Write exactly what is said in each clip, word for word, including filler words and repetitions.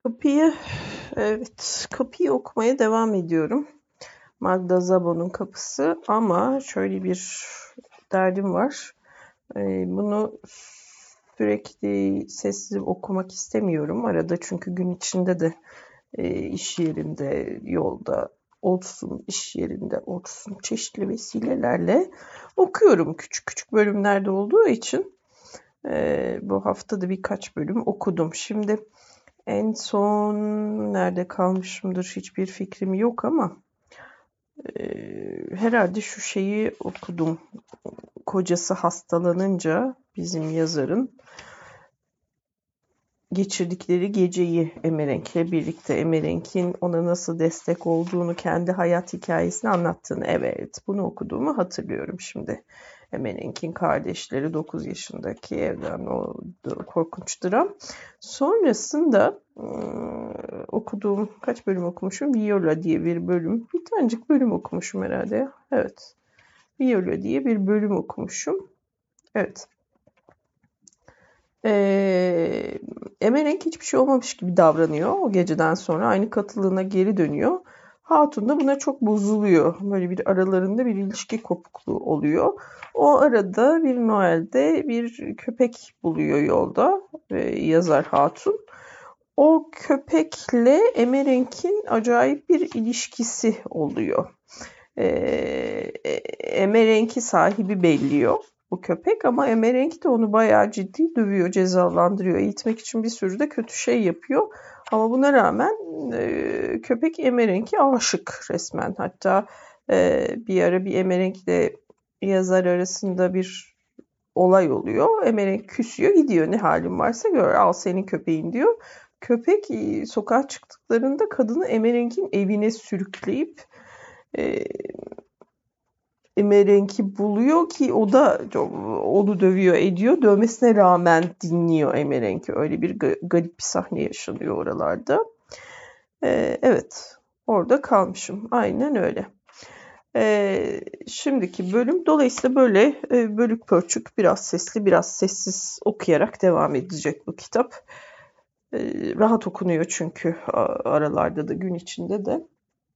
Kapıyı, evet, kapıyı okumaya devam ediyorum. Magda Szabo'nun Kapısı ama şöyle bir derdim var. Ee, bunu sürekli sessiz okumak istemiyorum. Arada çünkü gün içinde de e, iş yerinde, yolda olsun, iş yerinde olsun çeşitli vesilelerle okuyorum. Küçük küçük bölümlerde olduğu için e, bu hafta da birkaç bölüm okudum. Şimdi en son nerede kalmışımdır hiçbir fikrim yok ama e, herhalde şu şeyi okudum. Kocası hastalanınca bizim yazarın geçirdikleri geceyi Emerenk'le birlikte Emerenk'in ona nasıl destek olduğunu, kendi hayat hikayesini anlattığını, evet, bunu okuduğumu hatırlıyorum şimdi. Emerenk'in kardeşleri dokuz yaşındaki evden o korkunç dram. Sonrasında ıı, okuduğum kaç bölüm okumuşum? Viola diye bir bölüm. Bir tanecik bölüm okumuşum herhalde. Evet. Viola diye bir bölüm okumuşum. Evet. Ee, Emerenk hiçbir şey olmamış gibi davranıyor. O geceden sonra aynı katılığına geri dönüyor. Hatun da buna çok bozuluyor. Böyle bir aralarında bir ilişki kopukluğu oluyor. O arada bir Noel'de bir köpek buluyor yolda e, yazar Hatun. O köpekle Emerenk'in acayip bir ilişkisi oluyor. Ee, Emerenk'i sahibi belliyor bu köpek ama Emerenk de onu bayağı ciddi dövüyor, cezalandırıyor. Eğitmek için bir sürü de kötü şey yapıyor. Ama buna rağmen e, köpek Emerenk'e aşık resmen. Hatta e, bir ara bir Emerenk'le yazar arasında bir olay oluyor. Emerenk küsüyor, gidiyor, ne halin varsa gör, al senin köpeğin diyor. Köpek e, sokağa çıktıklarında kadını Emerenk'in evine sürükleyip e, Emerenk'i buluyor ki o da onu dövüyor ediyor. Dövmesine rağmen dinliyor Emerenk'i. Öyle bir garip bir sahne yaşanıyor oralarda. Ee, evet, orada kalmışım. Aynen öyle. Ee, şimdiki bölüm dolayısıyla böyle e, bölük pörçük, biraz sesli biraz sessiz okuyarak devam edecek bu kitap. Ee, rahat okunuyor çünkü aralarda da gün içinde de.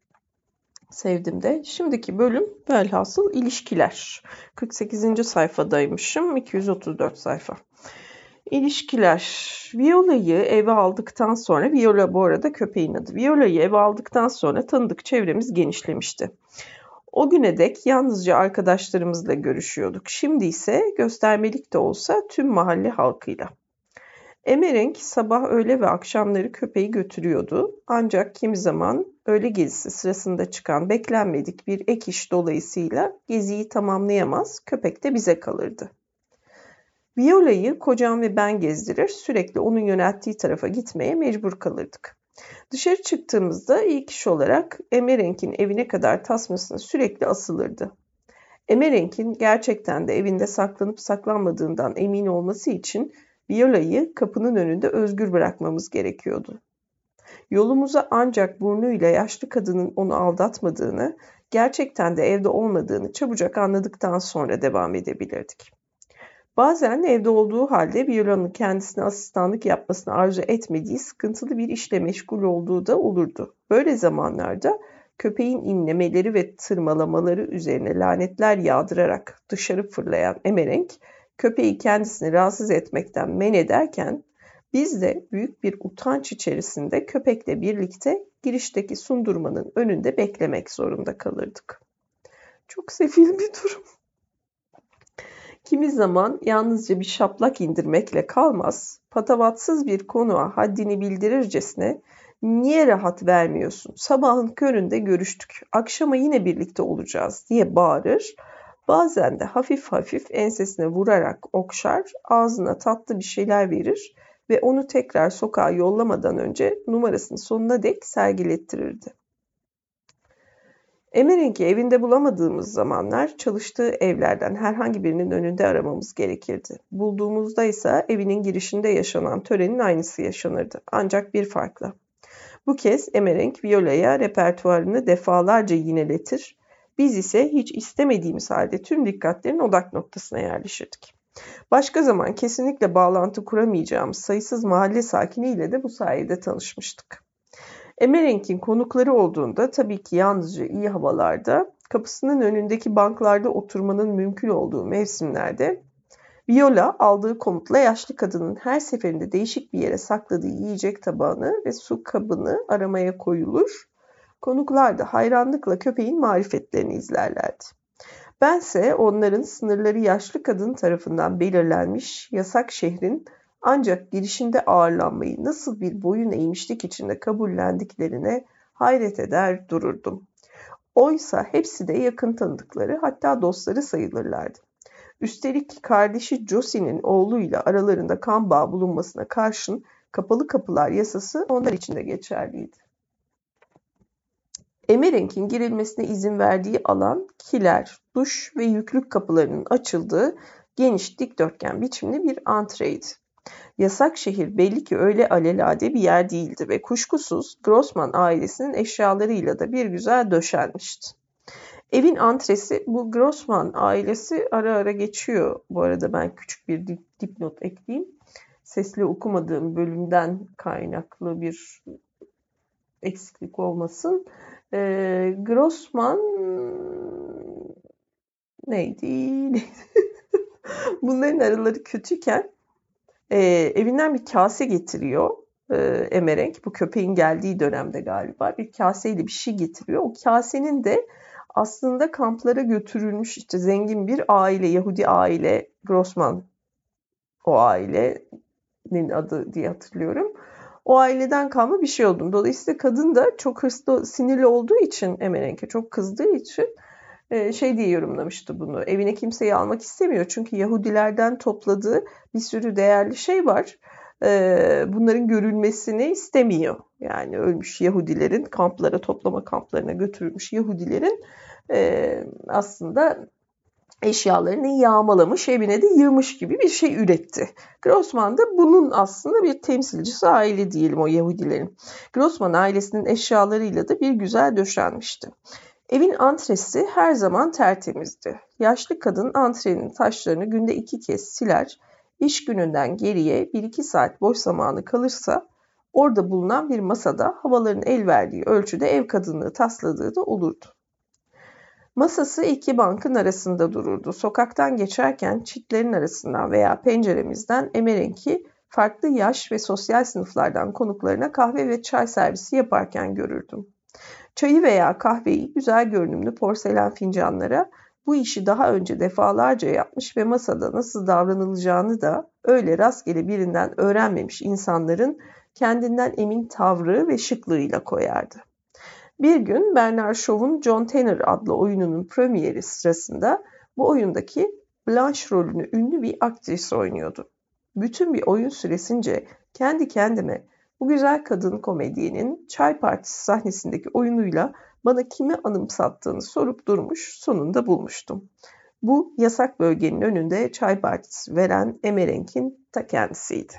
Sevdim de. Şimdiki bölüm velhasıl ilişkiler. kırk sekizinci sayfadaymışım. iki yüz otuz dört sayfa. İlişkiler. Viola'yı eve aldıktan sonra, Viola bu arada köpeğin adı. Viola'yı eve aldıktan sonra tanıdık çevremiz genişlemişti. O güne dek yalnızca arkadaşlarımızla görüşüyorduk. Şimdi ise göstermelik de olsa tüm mahalle halkıyla. Emerenk sabah, öğle ve akşamları köpeği götürüyordu. Ancak kimi zaman öğle gezisi sırasında çıkan beklenmedik bir ek iş dolayısıyla geziyi tamamlayamaz, köpek de bize kalırdı. Viola'yı kocam ve ben gezdirir, sürekli onun yönelttiği tarafa gitmeye mecbur kalırdık. Dışarı çıktığımızda ilk iş olarak Emerenk'in evine kadar tasmasına sürekli asılırdı. Emerenk'in gerçekten de evinde saklanıp saklanmadığından emin olması için Viola'yı kapının önünde özgür bırakmamız gerekiyordu. Yolumuza ancak burnuyla yaşlı kadının onu aldatmadığını, gerçekten de evde olmadığını çabucak anladıktan sonra devam edebilirdik. Bazen evde olduğu halde Viola'nın kendisine asistanlık yapmasını arzu etmediği sıkıntılı bir işle meşgul olduğu da olurdu. Böyle zamanlarda köpeğin inlemeleri ve tırmalamaları üzerine lanetler yağdırarak dışarı fırlayan Emerenk, köpeği kendisini rahatsız etmekten men ederken biz de büyük bir utanç içerisinde köpekle birlikte girişteki sundurmanın önünde beklemek zorunda kalırdık. Çok sefil bir durum. Kimi zaman yalnızca bir şaplak indirmekle kalmaz, patavatsız bir konuğa haddini bildirircesine "Niye rahat vermiyorsun? Sabahın köründe görüştük, akşama yine birlikte olacağız" diye bağırır. Bazen de hafif hafif ensesine vurarak okşar, ağzına tatlı bir şeyler verir ve onu tekrar sokağa yollamadan önce numarasını sonuna dek sergilettirirdi. Emerenk'i evinde bulamadığımız zamanlar çalıştığı evlerden herhangi birinin önünde aramamız gerekirdi. Bulduğumuzda ise evinin girişinde yaşanan törenin aynısı yaşanırdı. Ancak bir farkla. Bu kez Emerenk Viola'ya repertuarını defalarca yineletir, biz ise hiç istemediğimiz halde tüm dikkatlerin odak noktasına yerleşirdik. Başka zaman kesinlikle bağlantı kuramayacağımız sayısız mahalle sakiniyle de bu sayede tanışmıştık. Emerenk'in konukları olduğunda tabii ki yalnızca iyi havalarda, kapısının önündeki banklarda oturmanın mümkün olduğu mevsimlerde Viola aldığı komutla yaşlı kadının her seferinde değişik bir yere sakladığı yiyecek tabağını ve su kabını aramaya koyulur. Konuklar da hayranlıkla köpeğin marifetlerini izlerlerdi. Bense onların sınırları yaşlı kadın tarafından belirlenmiş yasak şehrin ancak girişinde ağırlanmayı nasıl bir boyun eğmişlik içinde kabullendiklerine hayret eder dururdum. Oysa hepsi de yakın tanıdıkları, hatta dostları sayılırlardı. Üstelik kardeşi Josie'nin oğluyla aralarında kan bağı bulunmasına karşın kapalı kapılar yasası onlar için de geçerliydi. Emerenk'in girilmesine izin verdiği alan kiler, duş ve yüklük kapılarının açıldığı geniş dikdörtgen biçimli bir antreydi. Yasak şehir belli ki öyle alelade bir yer değildi ve kuşkusuz Grossman ailesinin eşyalarıyla da bir güzel döşenmişti. Evin antresi, bu Grossman ailesi ara ara geçiyor. Bu arada ben küçük bir dip, dipnot ekleyeyim. Sesli okumadığım bölümden kaynaklı bir eksiklik olmasın. Ee, Grossman neydi? Bunların araları kötüyken e, evinden bir kase getiriyor e, Emerenk. Bu köpeğin geldiği dönemde galiba bir kaseyle bir şey getiriyor. O kasenin de aslında kamplara götürülmüş işte zengin bir aile, Yahudi aile, Grossman o ailenin adı diye hatırlıyorum. O aileden kalma bir şey oldu. Dolayısıyla kadın da çok hırslı, sinirli olduğu için Emerenk'e çok kızdığı için şey diye yorumlamıştı bunu. Evine kimseyi almak istemiyor. Çünkü Yahudilerden topladığı bir sürü değerli şey var. Bunların görülmesini istemiyor. Yani ölmüş Yahudilerin kamplara, toplama kamplarına götürülmüş Yahudilerin aslında eşyalarını yağmalamış, evine de yığmış gibi bir şey üretti. Grossman da bunun aslında bir temsilcisi aile diyelim o Yahudilerin. Grossman ailesinin eşyalarıyla da bir güzel döşenmişti. Evin antresi her zaman tertemizdi. Yaşlı kadın antrenin taşlarını günde iki kez siler, iş gününden geriye bir iki saat boş zamanı kalırsa orada bulunan bir masada havaların el verdiği ölçüde ev kadınlığı tasladığı da olurdu. Masası iki bankın arasında dururdu. Sokaktan geçerken çitlerin arasından veya penceremizden Emerenk'i farklı yaş ve sosyal sınıflardan konuklarına kahve ve çay servisi yaparken görürdüm. Çayı veya kahveyi güzel görünümlü porselen fincanlara, bu işi daha önce defalarca yapmış ve masada nasıl davranılacağını da öyle rastgele birinden öğrenmemiş insanların kendinden emin tavrı ve şıklığıyla koyardı. Bir gün Bernard Shaw'un John Tanner adlı oyununun premieri sırasında bu oyundaki Blanche rolünü ünlü bir aktris oynuyordu. Bütün bir oyun süresince kendi kendime bu güzel kadın komedyenin çay partisi sahnesindeki oyunuyla bana kimi anımsattığını sorup durmuş, sonunda bulmuştum. Bu yasak bölgenin önünde çay partisi veren Emerenk'in ta kendisiydi.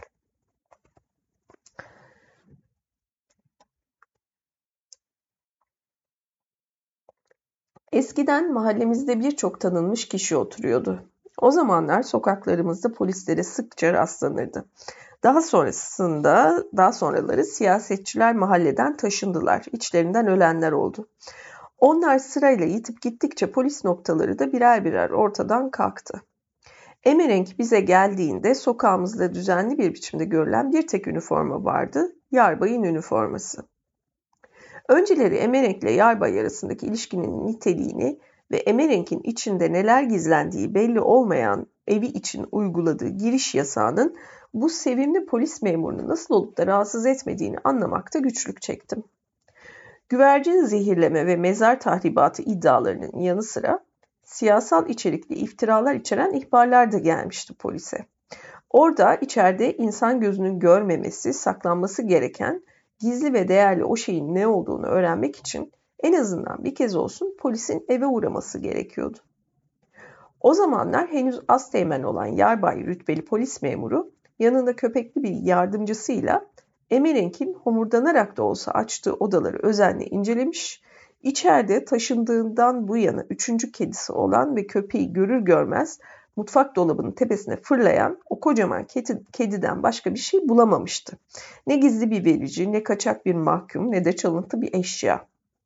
Eskiden mahallemizde birçok tanınmış kişi oturuyordu. O zamanlar sokaklarımızda polislere sıkça rastlanırdı. Daha sonrasında, daha sonraları siyasetçiler mahalleden taşındılar. İçlerinden ölenler oldu. Onlar sırayla yitip gittikçe polis noktaları da birer birer ortadan kalktı. Emerenk bize geldiğinde sokağımızda düzenli bir biçimde görülen bir tek üniforma vardı, yarbayın üniforması. Önceleri Emerenk ile yarbay arasındaki ilişkinin niteliğini ve Emerenk'in içinde neler gizlendiği belli olmayan evi için uyguladığı giriş yasağının bu sevimli polis memurunu nasıl olup da rahatsız etmediğini anlamakta güçlük çektim. Güvercin zehirleme ve mezar tahribatı iddialarının yanı sıra siyasal içerikli iftiralar içeren ihbarlar da gelmişti polise. Orada içeride insan gözünün görmemesi, saklanması gereken gizli ve değerli o şeyin ne olduğunu öğrenmek için en azından bir kez olsun polisin eve uğraması gerekiyordu. O zamanlar henüz asteğmen olan yarbay rütbeli polis memuru yanında köpekli bir yardımcısıyla Emerenk'in homurdanarak da olsa açtığı odaları özenle incelemiş, içeride taşındığından bu yana üçüncü kedisi olan ve köpeği görür görmez mutfak dolabının tepesine fırlayan o kocaman kedi, kediden başka bir şey bulamamıştı. Ne gizli bir verici, ne kaçak bir mahkum, ne de çalıntı bir eşya.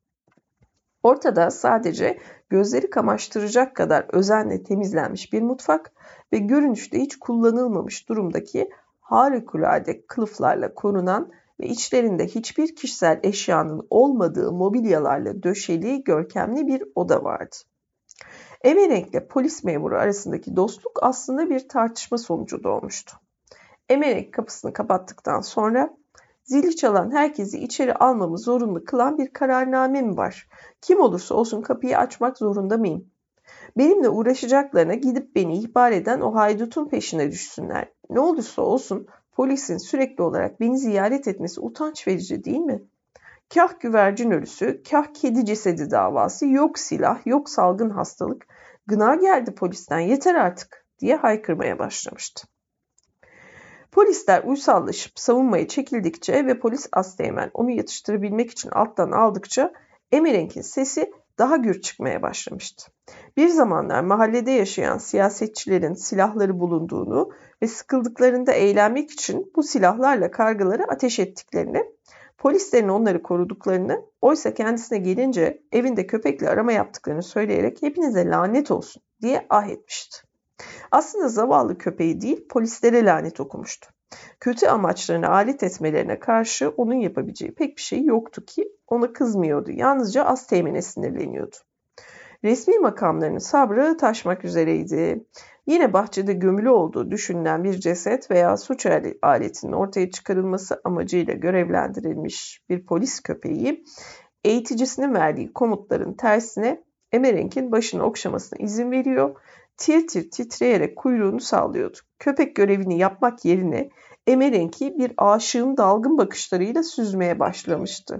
Ortada sadece gözleri kamaştıracak kadar özenle temizlenmiş bir mutfak ve görünüşte hiç kullanılmamış durumdaki harikulade kılıflarla korunan ve içlerinde hiçbir kişisel eşyanın olmadığı mobilyalarla döşeli görkemli bir oda vardı. Emerenk'le polis memuru arasındaki dostluk aslında bir tartışma sonucu doğmuştu. Emerenk kapısını kapattıktan sonra zili çalan herkesi içeri almamı zorunlu kılan bir kararname mi var? Kim olursa olsun kapıyı açmak zorunda mıyım? Benimle uğraşacaklarına gidip beni ihbar eden o haydutun peşine düşsünler. Ne olursa olsun polisin sürekli olarak beni ziyaret etmesi utanç verici değil mi? Kah güvercin ölüsü, kah kedi cesedi davası, yok silah, yok salgın hastalık. Gına geldi polisten, yeter artık diye haykırmaya başlamıştı. Polisler uysallaşıp savunmaya çekildikçe ve polis asteğmen onu yatıştırabilmek için alttan aldıkça Emerenk'in sesi daha gür çıkmaya başlamıştı. Bir zamanlar mahallede yaşayan siyasetçilerin silahları bulunduğunu ve sıkıldıklarında eğlenmek için bu silahlarla kargalara ateş ettiklerini, polislerin onları koruduklarını, oysa kendisine gelince evinde köpekle arama yaptıklarını söyleyerek hepinize lanet olsun diye ah etmişti. Aslında zavallı köpeği değil, polislere lanet okumuştu. Kötü amaçlarına alet etmelerine karşı onun yapabileceği pek bir şey yoktu ki ona kızmıyordu. Yalnızca asteğmene sinirleniyordu. Resmi makamlarının sabrı taşmak üzereydi. Yine bahçede gömülü olduğu düşünülen bir ceset veya suç aletinin ortaya çıkarılması amacıyla görevlendirilmiş bir polis köpeği, eğiticisinin verdiği komutların tersine Emerenk'in başını okşamasına izin veriyor, tir tir titreyerek kuyruğunu sallıyordu. Köpek görevini yapmak yerine Emerenk'i bir aşığın dalgın bakışlarıyla süzmeye başlamıştı.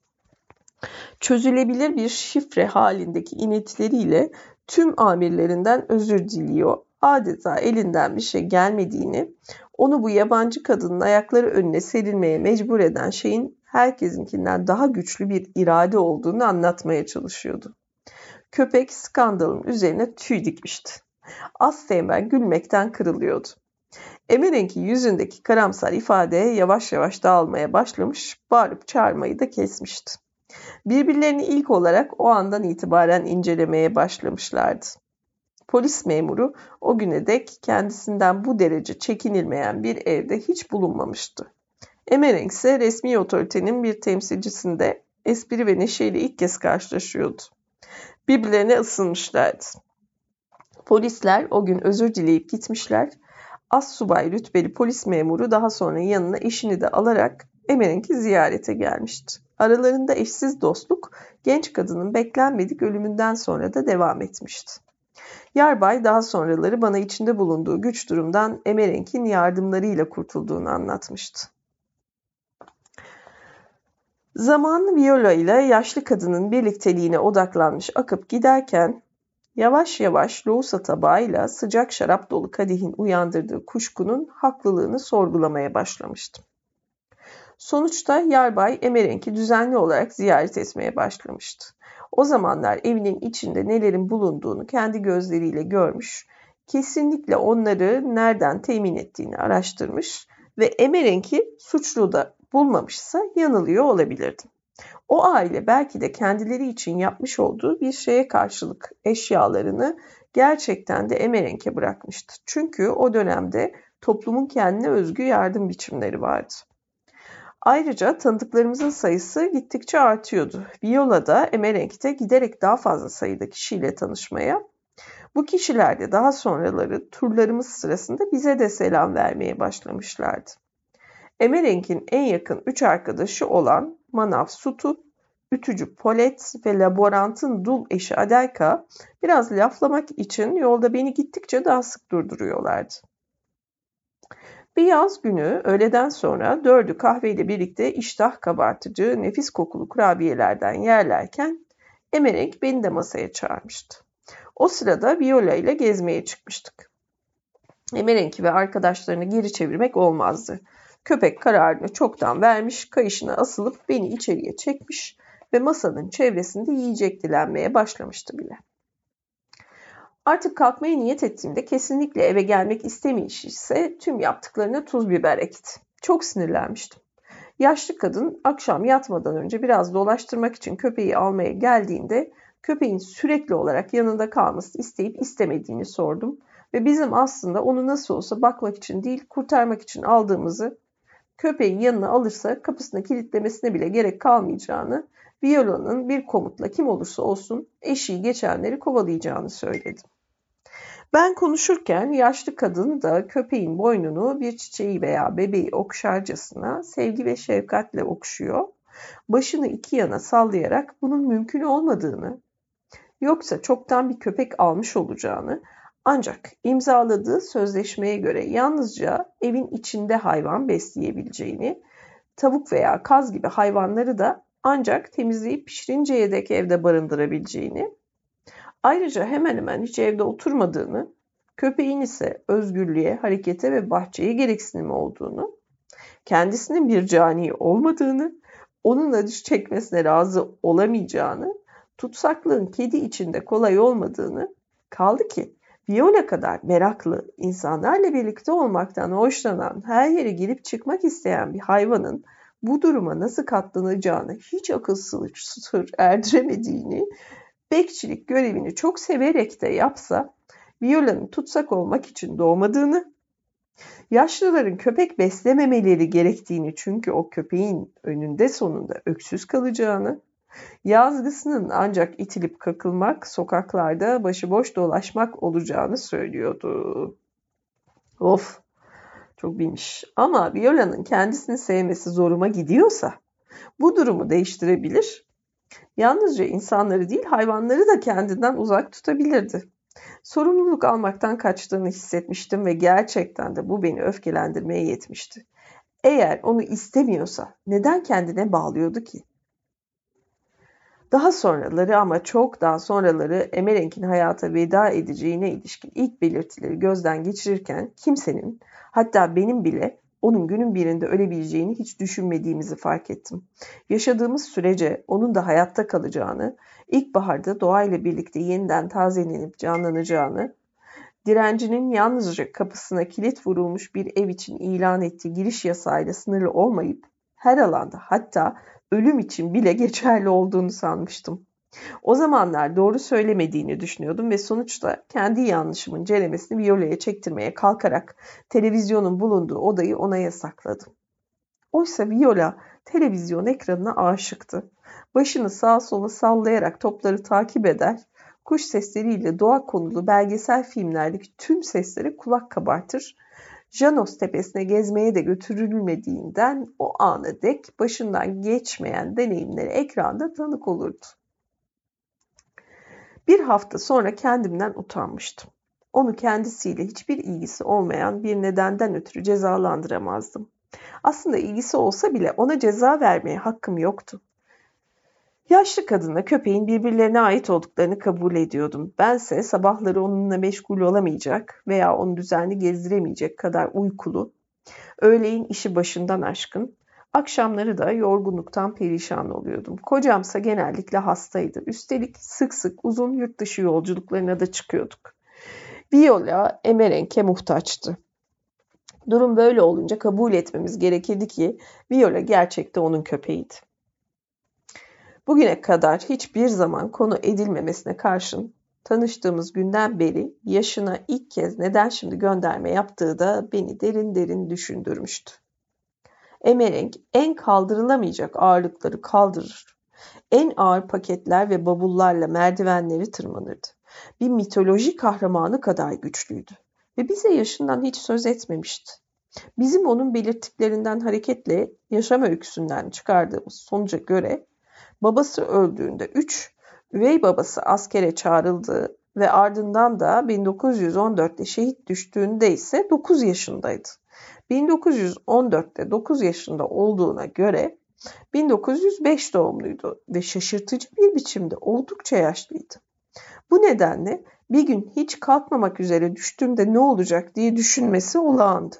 Çözülebilir bir şifre halindeki inetleriyle tüm amirlerinden özür diliyor. Adeta elinden bir şey gelmediğini, onu bu yabancı kadının ayakları önüne serilmeye mecbur eden şeyin herkesinkinden daha güçlü bir irade olduğunu anlatmaya çalışıyordu. Köpek skandalın üzerine tüy dikmişti. Asteğmen gülmekten kırılıyordu. Emerenk'in yüzündeki karamsar ifade yavaş yavaş dağılmaya başlamış, bağırıp çağırmayı da kesmişti. Birbirlerini ilk olarak o andan itibaren incelemeye başlamışlardı. Polis memuru o güne dek kendisinden bu derece çekinilmeyen bir evde hiç bulunmamıştı. Emerenk ise resmi otoritenin bir temsilcisinde espri ve neşeyle ilk kez karşılaşıyordu. Birbirlerine ısınmışlardı. Polisler o gün özür dileyip gitmişler. Astsubay rütbeli polis memuru daha sonra yanına eşini de alarak Emerenk'i ziyarete gelmişti. Aralarında eşsiz dostluk genç kadının beklenmedik ölümünden sonra da devam etmişti. Yarbay daha sonraları bana içinde bulunduğu güç durumdan Emerenk'in yardımlarıyla kurtulduğunu anlatmıştı. Zaman Viola ile yaşlı kadının birlikteliğine odaklanmış akıp giderken yavaş yavaş lohusa tabağıyla sıcak şarap dolu kadehin uyandırdığı kuşkunun haklılığını sorgulamaya başlamıştım. Sonuçta Yarbay Emerenk'i düzenli olarak ziyaret etmeye başlamıştı. O zamanlar evinin içinde nelerin bulunduğunu kendi gözleriyle görmüş, kesinlikle onları nereden temin ettiğini araştırmış ve Emerenk'i suçlu da bulmamışsa yanılıyor olabilirdi. O aile belki de kendileri için yapmış olduğu bir şeye karşılık eşyalarını gerçekten de Emerenk'e bırakmıştı. Çünkü o dönemde toplumun kendine özgü yardım biçimleri vardı. Ayrıca tanıdıklarımızın sayısı gittikçe artıyordu. Viola da Emerenk'te giderek daha fazla sayıda kişiyle tanışmaya, bu kişiler de daha sonraları turlarımız sırasında bize de selam vermeye başlamışlardı. Emerenk'in en yakın üç arkadaşı olan Manav Sutu, ütücü Polet ve laborantın dul eşi Adelka biraz laflamak için yolda beni gittikçe daha sık durduruyorlardı. Bir yaz günü öğleden sonra dördü kahveyle birlikte iştah kabartıcı, nefis kokulu kurabiyelerden yerlerken Emerenk beni de masaya çağırmıştı. O sırada Viola ile gezmeye çıkmıştık. Emerenk'i ve arkadaşlarını geri çevirmek olmazdı. Köpek kararını çoktan vermiş, kayışına asılıp beni içeriye çekmiş ve masanın çevresinde yiyecek dilenmeye başlamıştı bile. Artık kalkmaya niyet ettiğimde kesinlikle eve gelmek istemeyiş ise tüm yaptıklarına tuz biber ekti. Çok sinirlenmiştim. Yaşlı kadın akşam yatmadan önce biraz dolaştırmak için köpeği almaya geldiğinde köpeğin sürekli olarak yanında kalmasını isteyip istemediğini sordum. Ve bizim aslında onu nasıl olsa bakmak için değil kurtarmak için aldığımızı, köpeği yanına alırsa kapısına kilitlemesine bile gerek kalmayacağını, Viola'nın bir komutla kim olursa olsun eşiği geçenleri kovalayacağını söyledim. Ben konuşurken yaşlı kadın da köpeğin boynunu bir çiçeği veya bebeği okşarcasına sevgi ve şefkatle okşuyor. Başını iki yana sallayarak bunun mümkün olmadığını, yoksa çoktan bir köpek almış olacağını, ancak imzaladığı sözleşmeye göre yalnızca evin içinde hayvan besleyebileceğini, tavuk veya kaz gibi hayvanları da ancak temizleyip pişirinceye dek evde barındırabileceğini, ayrıca hemen hemen hiç evde oturmadığını, köpeğin ise özgürlüğe, harekete ve bahçeye gereksinimi olduğunu, kendisinin bir cani olmadığını, onun acı çekmesine razı olamayacağını, tutsaklığın kedi içinde kolay olmadığını, kaldı ki Viola kadar meraklı, insanlarla birlikte olmaktan hoşlanan, her yere girip çıkmak isteyen bir hayvanın bu duruma nasıl katlanacağını hiç akıl sır erdiremediğini, bekçilik görevini çok severek de yapsa, Viola'nın tutsak olmak için doğmadığını, yaşlıların köpek beslememeleri gerektiğini çünkü o köpeğin önünde sonunda öksüz kalacağını, yazgısının ancak itilip kakılmak, sokaklarda başıboş dolaşmak olacağını söylüyordu. Of, çok bilmiş. Ama Viola'nın kendisini sevmesi zoruma gidiyorsa bu durumu değiştirebilir. Yalnızca insanları değil hayvanları da kendinden uzak tutabilirdi. Sorumluluk almaktan kaçtığını hissetmiştim ve gerçekten de bu beni öfkelendirmeye yetmişti. Eğer onu istemiyorsa neden kendine bağlıyordu ki? Daha sonraları ama çok daha sonraları Emmerenk'in hayata veda edeceğine ilişkin ilk belirtileri gözden geçirirken kimsenin, hatta benim bile onun günün birinde ölebileceğini hiç düşünmediğimizi fark ettim. Yaşadığımız sürece onun da hayatta kalacağını, ilkbaharda doğayla birlikte yeniden tazelenip canlanacağını, direncinin yalnızca kapısına kilit vurulmuş bir ev için ilan ettiği giriş yasağıyla sınırlı olmayıp her alanda, hatta ölüm için bile geçerli olduğunu sanmıştım. O zamanlar doğru söylemediğini düşünüyordum ve sonuçta kendi yanlışımın ceremesini Viola'ya çektirmeye kalkarak televizyonun bulunduğu odayı ona yasakladım. Oysa Viola televizyon ekranına aşıktı. Başını sağa sola sallayarak topları takip eder, kuş sesleriyle doğa konulu belgesel filmlerdeki tüm seslere kulak kabartır, Janos tepesine gezmeye de götürülmediğinden o ana dek başından geçmeyen deneyimlere ekranda tanık olurdu. Bir hafta sonra kendimden utanmıştım. Onu kendisiyle hiçbir ilgisi olmayan bir nedenden ötürü cezalandıramazdım. Aslında ilgisi olsa bile ona ceza vermeye hakkım yoktu. Yaşlı kadınla köpeğin birbirlerine ait olduklarını kabul ediyordum. Bense sabahları onunla meşgul olamayacak veya onu düzenli gezdiremeyecek kadar uykulu, öğleyin işi başından aşkın, akşamları da yorgunluktan perişan oluyordum. Kocamsa genellikle hastaydı. Üstelik sık sık uzun yurt dışı yolculuklarına da çıkıyorduk. Viola Emmerenk'e muhtaçtı. Durum böyle olunca kabul etmemiz gerekirdi ki Viola gerçekte onun köpeğiydi. Bugüne kadar hiçbir zaman konu edilmemesine karşın tanıştığımız günden beri yaşına ilk kez neden şimdi gönderme yaptığı da beni derin derin düşündürmüştü. Emmerenk en kaldırılamayacak ağırlıkları kaldırır. En ağır paketler ve bavullarla merdivenleri tırmanırdı. Bir mitolojik kahramanı kadar güçlüydü ve bize yaşından hiç söz etmemişti. Bizim onun belirtiklerinden hareketle yaşam öyküsünden çıkardığımız sonuca göre babası öldüğünde üç, üvey babası askere çağrıldığı ve ardından da bin dokuz yüz on dörtte şehit düştüğünde ise dokuz yaşındaydı. bin dokuz yüz on dörtte dokuz yaşında olduğuna göre bin dokuz yüz beş doğumluydu ve şaşırtıcı bir biçimde oldukça yaşlıydı. Bu nedenle bir gün hiç kalkmamak üzere düştüğümde ne olacak diye düşünmesi olağandı.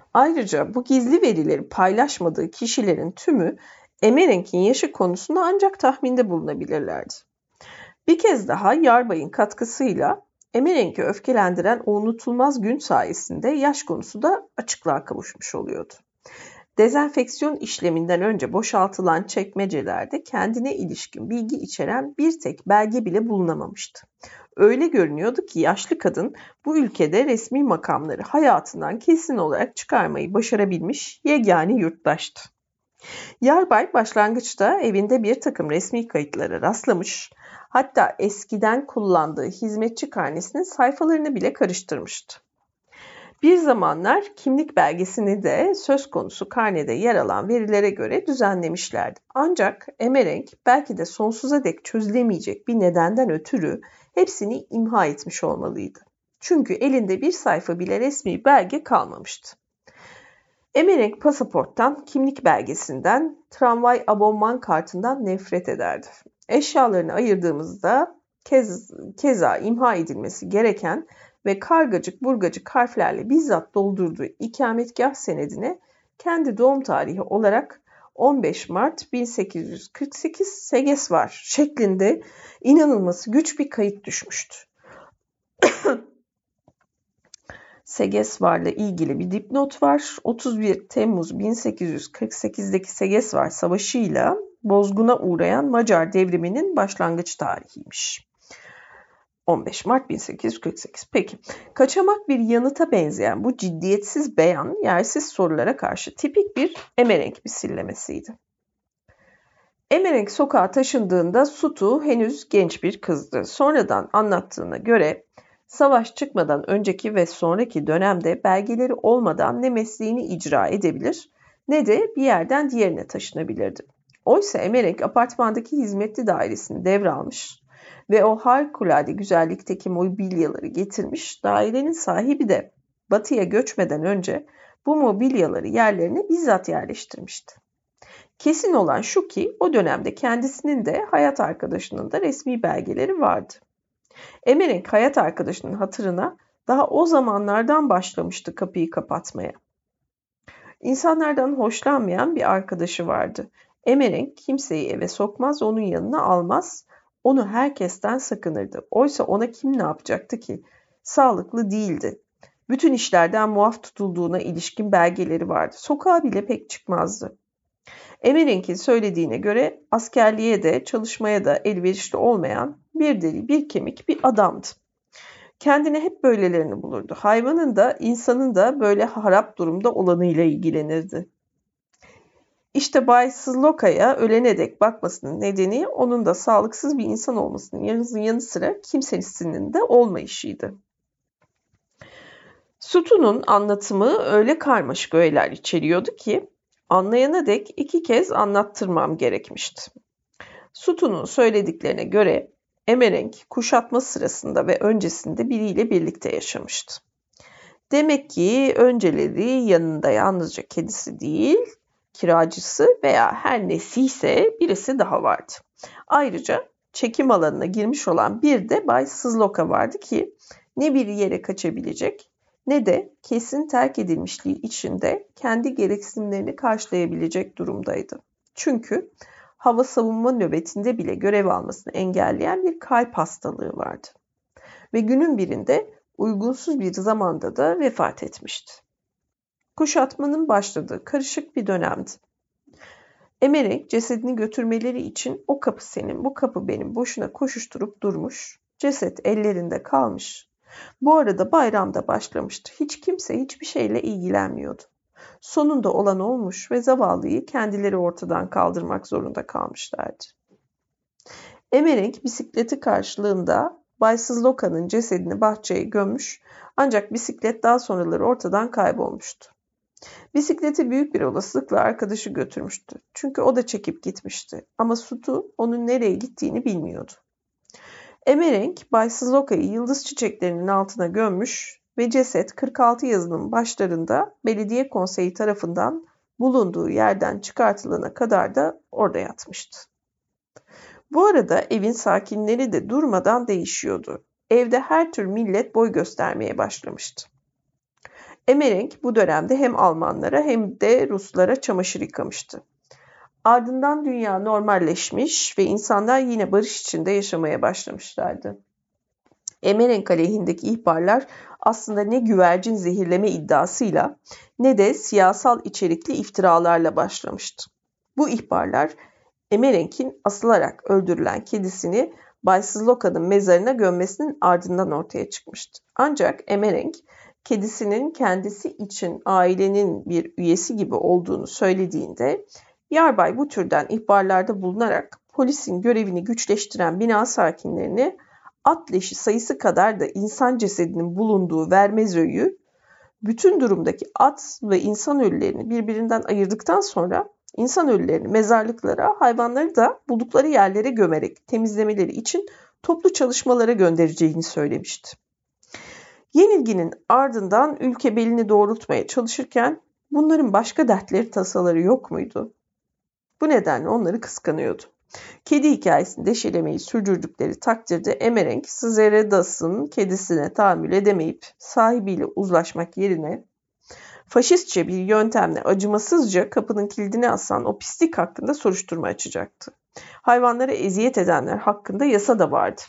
Ayrıca bu gizli verileri paylaşmadığı kişilerin tümü Emerenk'in yaşı konusunda ancak tahminde bulunabilirlerdi. Bir kez daha Yarbay'ın katkısıyla Emerenk'i öfkelendiren o unutulmaz gün sayesinde yaş konusu da açıklığa kavuşmuş oluyordu. Dezenfeksiyon işleminden önce boşaltılan çekmecelerde kendine ilişkin bilgi içeren bir tek belge bile bulunamamıştı. Öyle görünüyordu ki yaşlı kadın bu ülkede resmi makamları hayatından kesin olarak çıkarmayı başarabilmiş yegane yurttaştı. Yarbay başlangıçta evinde bir takım resmi kayıtlara rastlamış, hatta eskiden kullandığı hizmetçi karnesinin sayfalarını bile karıştırmıştı. Bir zamanlar kimlik belgesini de söz konusu karnede yer alan verilere göre düzenlemişlerdi. Ancak Emerenk belki de sonsuza dek çözülemeyecek bir nedenden ötürü hepsini imha etmiş olmalıydı. Çünkü elinde bir sayfa bile resmi belge kalmamıştı. Emerenk pasaporttan, kimlik belgesinden, tramvay abonman kartından nefret ederdi. Eşyalarını ayırdığımızda kez, keza imha edilmesi gereken ve kargacık burgacık harflerle bizzat doldurduğu ikametgah senedine kendi doğum tarihi olarak on beş Mart bin sekiz yüz kırk sekiz Seges var şeklinde inanılması güç bir kayıt düşmüştü. Segesvar'la ilgili bir dipnot var. otuz bir Temmuz bin sekiz yüz kırk sekizdeki Segesvar Savaşı'yla bozguna uğrayan Macar devriminin başlangıç tarihiymiş. on beş Mart bin sekiz yüz kırk sekiz. Peki, kaçamak bir yanıta benzeyen bu ciddiyetsiz beyan, yersiz sorulara karşı tipik bir Emerenk misillemesiydi. Emerenk sokağa taşındığında Sutu henüz genç bir kızdı. Sonradan anlattığına göre savaş çıkmadan önceki ve sonraki dönemde belgeleri olmadan ne mesleğini icra edebilir ne de bir yerden diğerine taşınabilirdi. Oysa Emerenk apartmandaki hizmetli dairesini devralmış ve o harikulade güzellikteki mobilyaları getirmiş, dairenin sahibi de batıya göçmeden önce bu mobilyaları yerlerine bizzat yerleştirmişti. Kesin olan şu ki o dönemde kendisinin de hayat arkadaşının da resmi belgeleri vardı. Emerenk hayat arkadaşının hatırına daha o zamanlardan başlamıştı kapıyı kapatmaya. İnsanlardan hoşlanmayan bir arkadaşı vardı. Emerenk kimseyi eve sokmaz, onun yanına almaz, onu herkesten sakınırdı. Oysa ona kim ne yapacaktı ki? Sağlıklı değildi. Bütün işlerden muaf tutulduğuna ilişkin belgeleri vardı. Sokağa bile pek çıkmazdı. Emerenk'in söylediğine göre askerliğe de çalışmaya da elverişli olmayan bir deli bir kemik bir adamdı. Kendine hep böylelerini bulurdu. Hayvanın da insanın da böyle harap durumda olanıyla ilgilenirdi. İşte Bay Sloka'ya ölene dek bakmasının nedeni onun da sağlıksız bir insan olmasının yanı sıra kimsesinin de olmayışıydı. Sutu'nun anlatımı öyle karmaşık öğeler içeriyordu ki anlayana dek iki kez anlattırmam gerekmişti. Sutu'nun söylediklerine göre Emerenk kuşatma sırasında ve öncesinde biriyle birlikte yaşamıştı. Demek ki önceleri yanında yalnızca kedisi değil, kiracısı veya her nesiyse birisi daha vardı. Ayrıca çekim alanına girmiş olan bir de Bay Sızloka vardı ki ne bir yere kaçabilecek ne de kesin terk edilmişliği içinde kendi gereksinimlerini karşılayabilecek durumdaydı. Çünkü hava savunma nöbetinde bile görev almasını engelleyen bir kalp hastalığı vardı. Ve günün birinde uygunsuz bir zamanda da vefat etmişti. Kuşatmanın başladığı karışık bir dönemdi. Emerenk cesedini götürmeleri için o kapı senin, bu kapı benim boşuna koşuşturup durmuş. Ceset ellerinde kalmış. Bu arada bayram da başlamıştı. Hiç kimse hiçbir şeyle ilgilenmiyordu. Sonunda olan olmuş ve zavallıyı kendileri ortadan kaldırmak zorunda kalmışlardı. Emerenk bisikleti karşılığında Bay Sızloka'nın cesedini bahçeye gömmüş ancak bisiklet daha sonraları ortadan kaybolmuştu. Bisikleti büyük bir olasılıkla arkadaşı götürmüştü. Çünkü o da çekip gitmişti ama Sutu onun nereye gittiğini bilmiyordu. Emerenk Bay Sızloka'yı yıldız çiçeklerinin altına gömmüş ve ceset kırk altı yazının başlarında belediye konseyi tarafından bulunduğu yerden çıkartılana kadar da orada yatmıştı. Bu arada evin sakinleri de durmadan değişiyordu. Evde her tür millet boy göstermeye başlamıştı. Emmerenk bu dönemde hem Almanlara hem de Ruslara çamaşır yıkamıştı. Ardından dünya normalleşmiş ve insanlar yine barış içinde yaşamaya başlamışlardı. Emmerenk aleyhindeki ihbarlar aslında ne güvercin zehirleme iddiasıyla ne de siyasal içerikli iftiralarla başlamıştı. Bu ihbarlar Emmerenk'in asılarak öldürülen kedisini Bay Sloka'nın mezarına gömmesinin ardından ortaya çıkmıştı. Ancak Emmerenk, kedisinin kendisi için ailenin bir üyesi gibi olduğunu söylediğinde, Yarbay bu türden ihbarlarda bulunarak polisin görevini güçleştiren bina sakinlerini at leşi sayısı kadar da insan cesedinin bulunduğu Vermezöy'ü, bütün durumdaki at ve insan ölülerini birbirinden ayırdıktan sonra insan ölülerini mezarlıklara, hayvanları da buldukları yerlere gömerek temizlemeleri için toplu çalışmalara göndereceğini söylemişti. Yenilginin ardından ülke belini doğrultmaya çalışırken bunların başka dertleri, tasaları yok muydu? Bu nedenle onları kıskanıyordu. Kedi hikayesini deşelemeyi sürdürdükleri takdirde Emmerenk, Szerdas'ın kedisine tahammül edemeyip sahibiyle uzlaşmak yerine faşistçe bir yöntemle acımasızca kapının kilidini asan o pislik hakkında soruşturma açacaktı. Hayvanlara eziyet edenler hakkında yasa da vardı.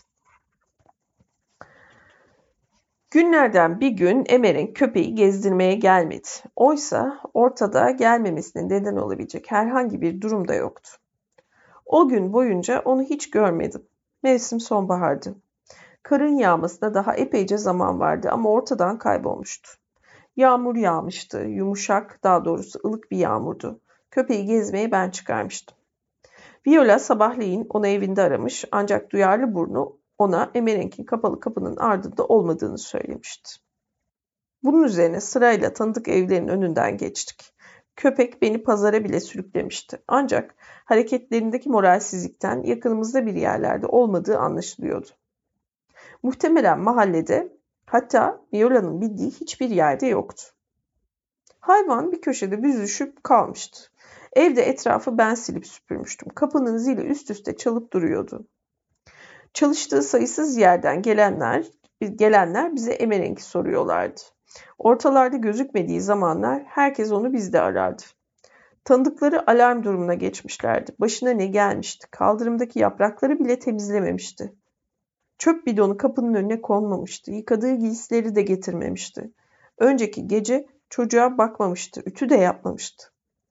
Günlerden bir gün Emmerenk köpeği gezdirmeye gelmedi. Oysa ortada gelmemesine neden olabilecek herhangi bir durum da yoktu. O gün boyunca onu hiç görmedim. Mevsim sonbahardı. Karın yağmasına daha epeyce zaman vardı ama ortadan kaybolmuştu. Yağmur yağmıştı. Yumuşak, daha doğrusu ılık bir yağmurdu. Köpeği gezmeye ben çıkarmıştım. Viola sabahleyin onu evinde aramış ancak duyarlı burnu ona Emmerenk'in kapalı kapının ardında olmadığını söylemişti. Bunun üzerine sırayla tanıdık evlerin önünden geçtik. Köpek beni pazara bile sürüklemişti. Ancak hareketlerindeki moralsizlikten yakınımızda bir yerlerde olmadığı anlaşılıyordu. Muhtemelen mahallede, hatta Viola'nın bildiği hiçbir yerde yoktu. Hayvan bir köşede büzüşüp kalmıştı. Evde etrafı ben silip süpürmüştüm. Kapının zili üst üste çalıp duruyordu. Çalıştığı sayısız yerden gelenler, gelenler bize Emmerenk'i soruyorlardı. Ortalarda gözükmediği zamanlar herkes onu bizde arardı. Tanıdıkları alarm durumuna geçmişlerdi. Başına ne gelmişti? Kaldırımdaki yaprakları bile temizlememişti. Çöp bidonu kapının önüne konmamıştı. Yıkadığı giysileri de getirmemişti. Önceki gece çocuğa bakmamıştı. Ütü de yapmamıştı.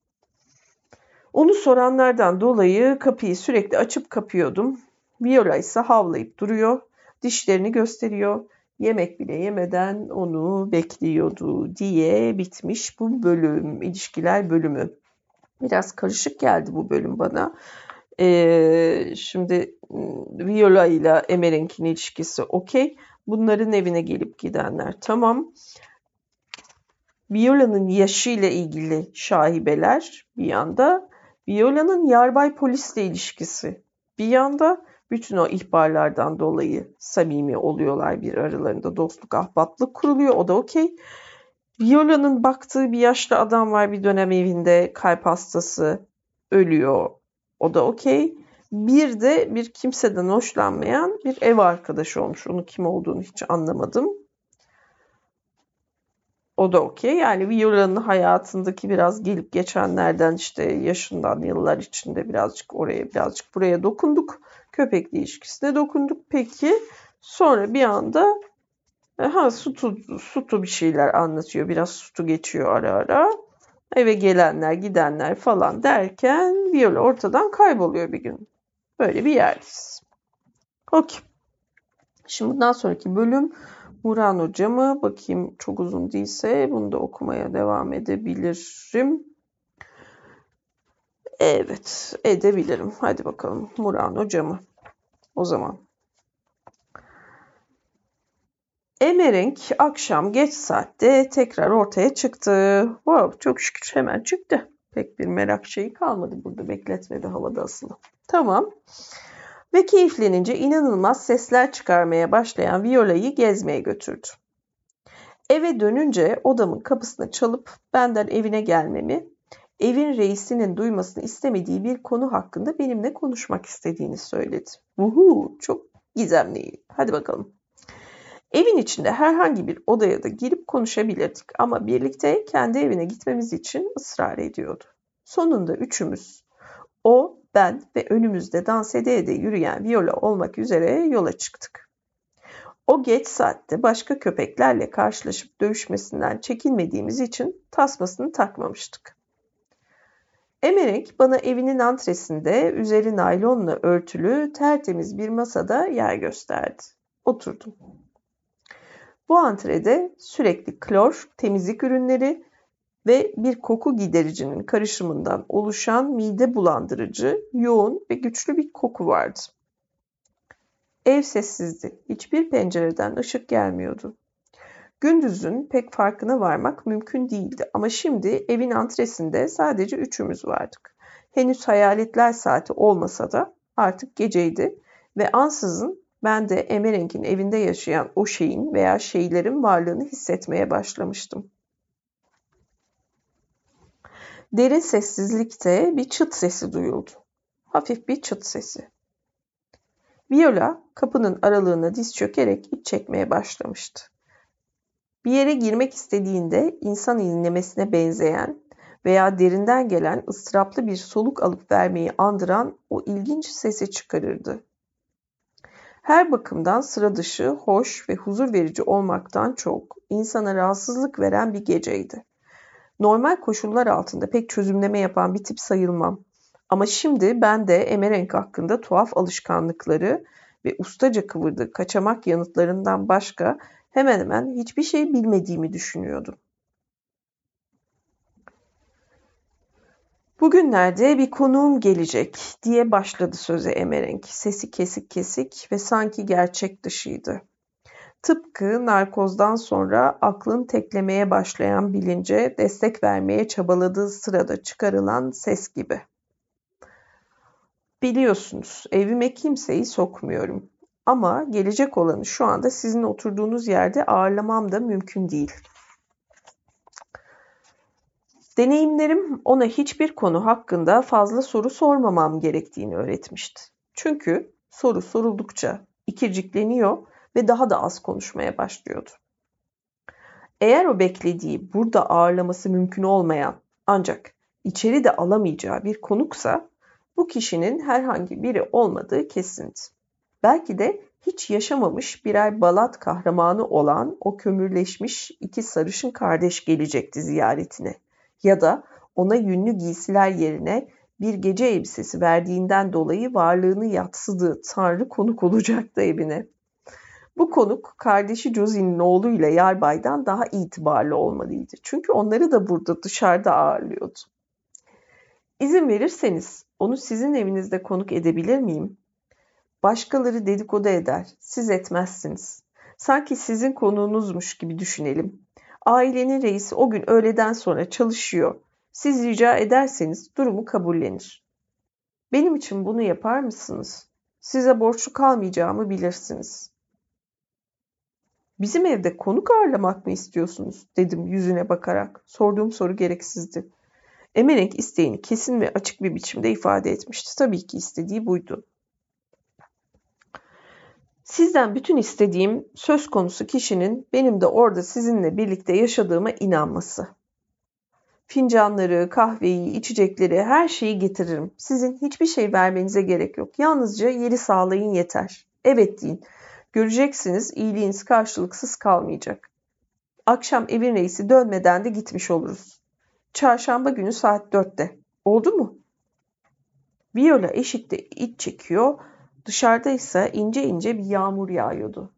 Onu soranlardan dolayı kapıyı sürekli açıp kapıyordum. Viola ise havlayıp duruyor, dişlerini gösteriyor. Yemek bile yemeden onu bekliyordu diye bitmiş bu bölüm, ilişkiler bölümü. Biraz karışık geldi bu bölüm bana. Ee, şimdi Viola ile Emmerenk'in ilişkisi okey. Bunların evine gelip gidenler tamam. Viola'nın yaşıyla ilgili şaibeler bir yanda. Viola'nın yarbay polisle ilişkisi bir yanda. Bütün o ihbarlardan dolayı samimi oluyorlar, bir aralarında dostluk, ahbaplık kuruluyor. O da okey. Viola'nın baktığı bir yaşlı adam var bir dönem evinde, kalp hastası, ölüyor. O da okey. Bir de bir kimseden hoşlanmayan bir ev arkadaşı olmuş. Onun kim olduğunu hiç anlamadım. O da okey. Yani Viola'nın hayatındaki biraz gelip geçenlerden, işte yaşından yıllar içinde birazcık oraya birazcık buraya dokunduk. Köpekle ilişkisine dokunduk. Peki sonra bir anda ha, Sutu, Sutu bir şeyler anlatıyor. Biraz Sutu geçiyor ara ara. Eve gelenler gidenler falan derken Viola ortadan kayboluyor bir gün. Böyle bir yerdeyiz. Okey. Şimdi bundan sonraki bölüm Muran hocamı, bakayım çok uzun değilse bunu da okumaya devam edebilirim. Evet, edebilirim. Hadi bakalım Muran hocamı. O zaman. Emmerenk akşam geç saatte tekrar ortaya çıktı. Wow, çok şükür hemen çıktı. Pek bir merak şeyi kalmadı burada, bekletmedi havada asılı. Tamam. Ve keyiflenince inanılmaz sesler çıkarmaya başlayan Viola'yı gezmeye götürdü. Eve dönünce odamın kapısını çalıp benden evine gelmemi, evin reisinin duymasını istemediği bir konu hakkında benimle konuşmak istediğini söyledi. Uhu, çok gizemli. Hadi bakalım. Evin içinde herhangi bir odaya da girip konuşabilirdik ama birlikte kendi evine gitmemiz için ısrar ediyordu. Sonunda üçümüz, o, ben ve önümüzde dans ede ede yürüyen Viola olmak üzere yola çıktık. O geç saatte başka köpeklerle karşılaşıp dövüşmesinden çekinmediğimiz için tasmasını takmamıştık. Emerek bana evinin antresinde üzeri naylonla örtülü tertemiz bir masada yer gösterdi. Oturdum. Bu antrede sürekli klor, temizlik ürünleri ve bir koku gidericinin karışımından oluşan mide bulandırıcı, yoğun ve güçlü bir koku vardı. Ev sessizdi. Hiçbir pencereden ışık gelmiyordu. Gündüzün pek farkına varmak mümkün değildi ama şimdi evin antresinde sadece üçümüz vardık. Henüz hayaletler saati olmasa da artık geceydi ve ansızın ben de Emerenk'in evinde yaşayan o şeyin veya şeylerin varlığını hissetmeye başlamıştım. Derin sessizlikte bir çıt sesi duyuldu. Hafif bir çıt sesi. Viola kapının aralığına diz çökerek iç çekmeye başlamıştı. Bir yere girmek istediğinde insan inlemesine benzeyen veya derinden gelen ıstıraplı bir soluk alıp vermeyi andıran o ilginç sesi çıkarırdı. Her bakımdan sıra dışı, hoş ve huzur verici olmaktan çok insana rahatsızlık veren bir geceydi. Normal koşullar altında pek çözümleme yapan bir tip sayılmam. Ama şimdi ben de Emerenk hakkında tuhaf alışkanlıkları ve ustaca kıvırdığı kaçamak yanıtlarından başka hemen hemen hiçbir şey bilmediğimi düşünüyordum. Bugünlerde bir konuğum gelecek diye başladı söze Emerenk. Sesi kesik kesik ve sanki gerçek dışıydı. Tıpkı narkozdan sonra aklın teklemeye başlayan bilince destek vermeye çabaladığı sırada çıkarılan ses gibi. Biliyorsunuz, evime kimseyi sokmuyorum. Ama gelecek olanı şu anda sizin oturduğunuz yerde ağırlamam da mümkün değil. Deneyimlerim ona hiçbir konu hakkında fazla soru sormamam gerektiğini öğretmişti. Çünkü soru soruldukça ikircikleniyor ve daha da az konuşmaya başlıyordu. Eğer o beklediği, burada ağırlaması mümkün olmayan ancak içeri de alamayacağı bir konuksa bu kişinin herhangi biri olmadığı kesindi. Belki de hiç yaşamamış birer balat kahramanı olan o kömürleşmiş iki sarışın kardeş gelecekti ziyaretine. Ya da ona yünlü giysiler yerine bir gece elbisesi verdiğinden dolayı varlığını yatsıdığı tanrı konuk olacaktı evine. Bu konuk kardeşi Josie'nin oğluyla Yarbay'dan daha itibarlı olmalıydı. Çünkü onları da burada dışarıda ağırlıyordu. İzin verirseniz onu sizin evinizde konuk edebilir miyim? Başkaları dedikodu eder, siz etmezsiniz. Sanki sizin konuğunuzmuş gibi düşünelim. Ailenin reisi o gün öğleden sonra çalışıyor. Siz rica ederseniz durumu kabullenir. Benim için bunu yapar mısınız? Size borçlu kalmayacağımı bilirsiniz. Bizim evde konuk ağırlamak mı istiyorsunuz? Dedim yüzüne bakarak. Sorduğum soru gereksizdi. Emerenk isteğini kesin ve açık bir biçimde ifade etmişti. Tabii ki istediği buydu. Sizden bütün istediğim söz konusu kişinin benim de orada sizinle birlikte yaşadığıma inanması. Fincanları, kahveyi, içecekleri, her şeyi getiririm. Sizin hiçbir şey vermenize gerek yok. Yalnızca yeri sağlayın yeter. Evet deyin. Göreceksiniz iyiliğiniz karşılıksız kalmayacak. Akşam evin reisi dönmeden de gitmiş oluruz. Çarşamba günü saat dörtte. Oldu mu? Viola eşikte iç çekiyor, dışarıda ise ince ince bir yağmur yağıyordu.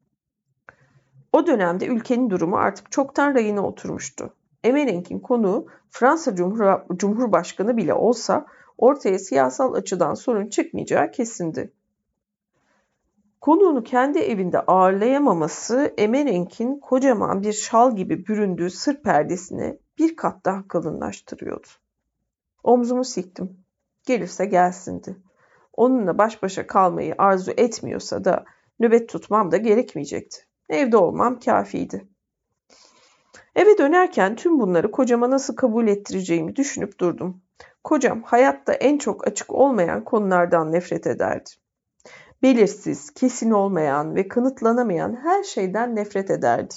O dönemde ülkenin durumu artık çoktan rayına oturmuştu. Emerenk'in konuğu Fransa Cumhur- Cumhurbaşkanı bile olsa ortaya siyasal açıdan sorun çıkmayacağı kesindi. Konuğunu kendi evinde ağırlayamaması Emerenk'in kocaman bir şal gibi büründüğü sır perdesini bir kat daha kalınlaştırıyordu. Omzumu siktim. Gelirse gelsindi. Onunla baş başa kalmayı arzu etmiyorsa da nöbet tutmam da gerekmeyecekti. Evde olmam kâfiydi. Eve dönerken tüm bunları kocama nasıl kabul ettireceğimi düşünüp durdum. Kocam hayatta en çok açık olmayan konulardan nefret ederdi. Belirsiz, kesin olmayan ve kanıtlanamayan her şeyden nefret ederdi.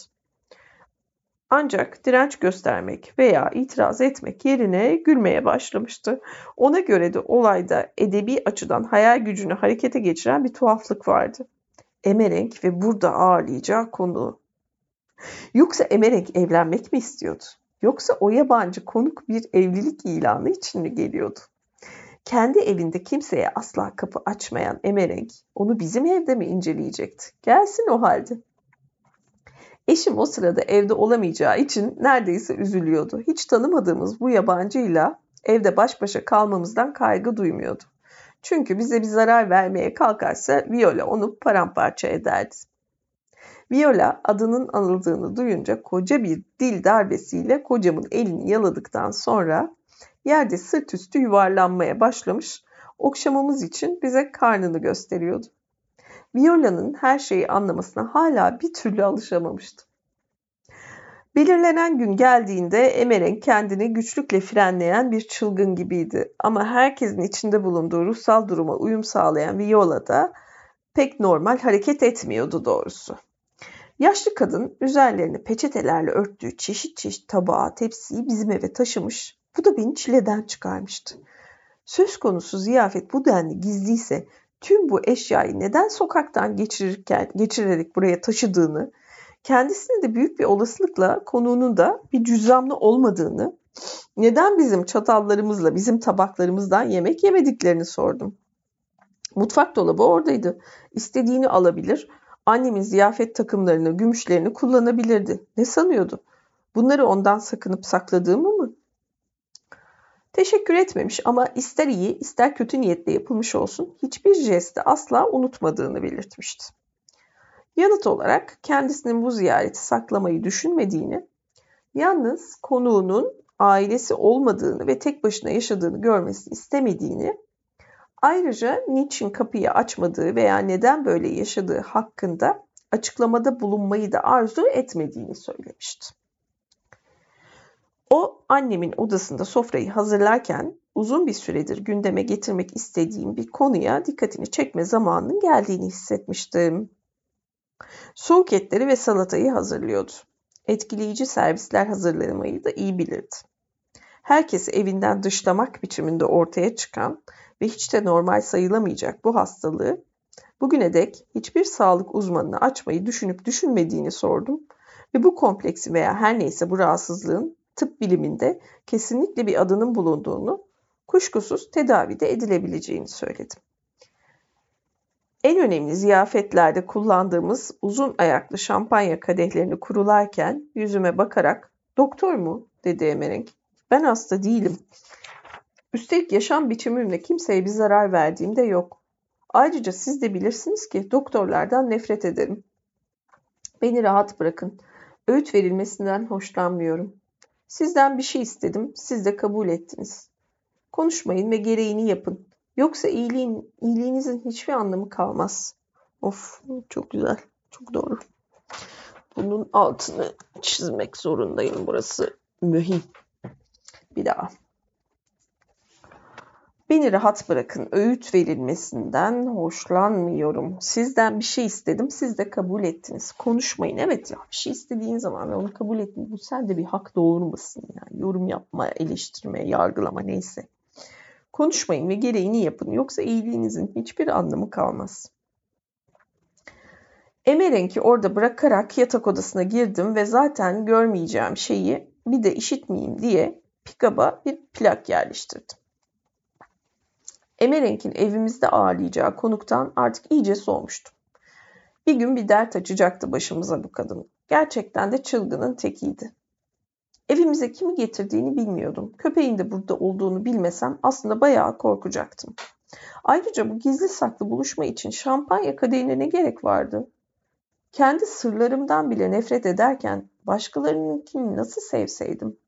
Ancak direnç göstermek veya itiraz etmek yerine gülmeye başlamıştı. Ona göre de olayda edebi açıdan hayal gücünü harekete geçiren bir tuhaflık vardı. Emerenk ve burada ağırlayacağı konu. Yoksa Emerenk evlenmek mi istiyordu? Yoksa o yabancı konuk bir evlilik ilanı için mi geliyordu? Kendi evinde kimseye asla kapı açmayan Emerenk onu bizim evde mi inceleyecekti? Gelsin o halde. Eşim o sırada evde olamayacağı için neredeyse üzülüyordu. Hiç tanımadığımız bu yabancıyla evde baş başa kalmamızdan kaygı duymuyordu. Çünkü bize bir zarar vermeye kalkarsa Viola onu paramparça ederdi. Viola adının anıldığını duyunca koca bir dil darbesiyle kocamın elini yaladıktan sonra yerde sırt üstü yuvarlanmaya başlamış, okşamamız için bize karnını gösteriyordu. Viola'nın her şeyi anlamasına hala bir türlü alışamamıştı. Belirlenen gün geldiğinde Emerenk kendini güçlükle frenleyen bir çılgın gibiydi. Ama herkesin içinde bulunduğu ruhsal duruma uyum sağlayan Viola da pek normal hareket etmiyordu doğrusu. Yaşlı kadın üzerlerini peçetelerle örttüğü çeşit çeşit tabağı, tepsiyi bizim eve taşımış. Bu da beni çileden çıkarmıştı. Söz konusu ziyafet bu denli gizliyse tüm bu eşyayı neden sokaktan geçirirken, geçirerek buraya taşıdığını, kendisinin de büyük bir olasılıkla konuğunun da bir cüzzamlı olmadığını, neden bizim çatallarımızla, bizim tabaklarımızdan yemek yemediklerini sordum. Mutfak dolabı oradaydı. İstediğini alabilir, annemin ziyafet takımlarını, gümüşlerini kullanabilirdi. Ne sanıyordu? Bunları ondan sakınıp sakladığımı mı? Teşekkür etmemiş ama ister iyi ister kötü niyetle yapılmış olsun hiçbir jesti asla unutmadığını belirtmişti. Yanıt olarak kendisinin bu ziyareti saklamayı düşünmediğini, yalnız konuğunun ailesi olmadığını ve tek başına yaşadığını görmesini istemediğini, ayrıca niçin kapıyı açmadığı veya neden böyle yaşadığı hakkında açıklamada bulunmayı da arzu etmediğini söylemişti. O annemin odasında sofrayı hazırlarken uzun bir süredir gündeme getirmek istediğim bir konuya dikkatini çekme zamanının geldiğini hissetmiştim. Soğuk etleri ve salatayı hazırlıyordu. Etkileyici servisler hazırlamayı da iyi bilirdi. Herkesi evinden dışlamak biçiminde ortaya çıkan ve hiç de normal sayılamayacak bu hastalığı bugüne dek hiçbir sağlık uzmanını açmayı düşünüp düşünmediğini sordum ve bu kompleksi veya her neyse bu rahatsızlığın tıp biliminde kesinlikle bir adının bulunduğunu, kuşkusuz tedavide edilebileceğini söyledim. En önemli ziyafetlerde kullandığımız uzun ayaklı şampanya kadehlerini kurularken yüzüme bakarak "Doktor mu?" dedi Emerenk. "Ben hasta değilim. Üstelik yaşam biçimimle kimseye bir zarar verdiğim de yok. Ayrıca siz de bilirsiniz ki doktorlardan nefret ederim. Beni rahat bırakın. Öğüt verilmesinden hoşlanmıyorum. Sizden bir şey istedim, siz de kabul ettiniz. Konuşmayın ve gereğini yapın. Yoksa iyiliğin, iyiliğinizin hiçbir anlamı kalmaz." Of, çok güzel, çok doğru. Bunun altını çizmek zorundayım, burası mühim. Bir daha. Beni rahat bırakın, öğüt verilmesinden hoşlanmıyorum. Sizden bir şey istedim, siz de kabul ettiniz. Konuşmayın. Evet ya, bir şey istediğin zaman ve onu kabul ettin. Bu sen de bir hak doğurmasın yani. Yorum yapma, eleştirme, yargılama neyse. Konuşmayın ve gereğini yapın. Yoksa iyiliğinizin hiçbir anlamı kalmaz. Emerenk'i orada bırakarak yatak odasına girdim ve zaten görmeyeceğim şeyi bir de işitmeyeyim diye pikaba bir plak yerleştirdim. Emerenk'in evimizde ağırlayacağı konuktan artık iyice soğumuştum. Bir gün bir dert açacaktı başımıza bu kadın. Gerçekten de çılgının tekiydi. Evimize kimi getirdiğini bilmiyordum. Köpeğin de burada olduğunu bilmesem aslında bayağı korkacaktım. Ayrıca bu gizli saklı buluşma için şampanya kadehine ne gerek vardı? Kendi sırlarımdan bile nefret ederken başkalarınınkini nasıl sevseydim?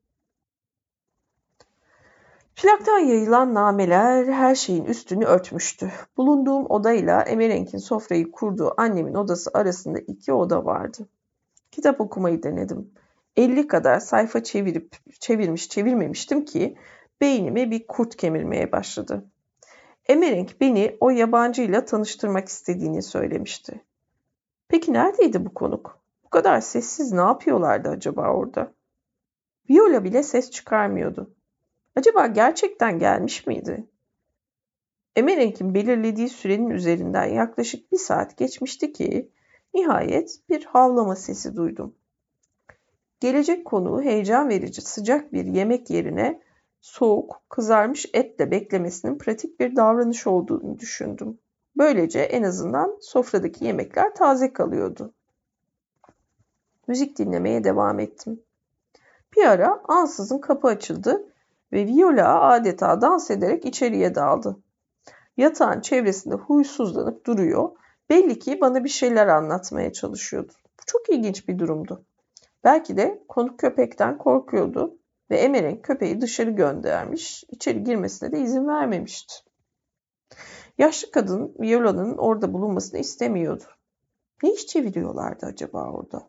Plaktan yayılan nameler her şeyin üstünü örtmüştü. Bulunduğum odayla Emerenk'in sofrayı kurduğu annemin odası arasında iki oda vardı. Kitap okumayı denedim. elli kadar sayfa çevirip çevirmiş çevirmemiştim ki beynime bir kurt kemirmeye başladı. Emerenk beni o yabancıyla tanıştırmak istediğini söylemişti. Peki neredeydi bu konuk? Bu kadar sessiz ne yapıyorlardı acaba orada? Viola bile ses çıkarmıyordu. Acaba gerçekten gelmiş miydi? Emerenk'in belirlediği sürenin üzerinden yaklaşık bir saat geçmişti ki nihayet bir havlama sesi duydum. Gelecek konuğu heyecan verici sıcak bir yemek yerine soğuk, kızarmış etle beklemesinin pratik bir davranış olduğunu düşündüm. Böylece en azından sofradaki yemekler taze kalıyordu. Müzik dinlemeye devam ettim. Bir ara ansızın kapı açıldı ve Viola adeta dans ederek içeriye daldı. Yatağın çevresinde huysuzlanıp duruyor, belli ki bana bir şeyler anlatmaya çalışıyordu. Bu çok ilginç bir durumdu. Belki de konuk köpekten korkuyordu ve Emerenk köpeği dışarı göndermiş, içeri girmesine de izin vermemişti. Yaşlı kadın Viola'nın orada bulunmasını istemiyordu. Ne iş çeviriyorlardı acaba orada?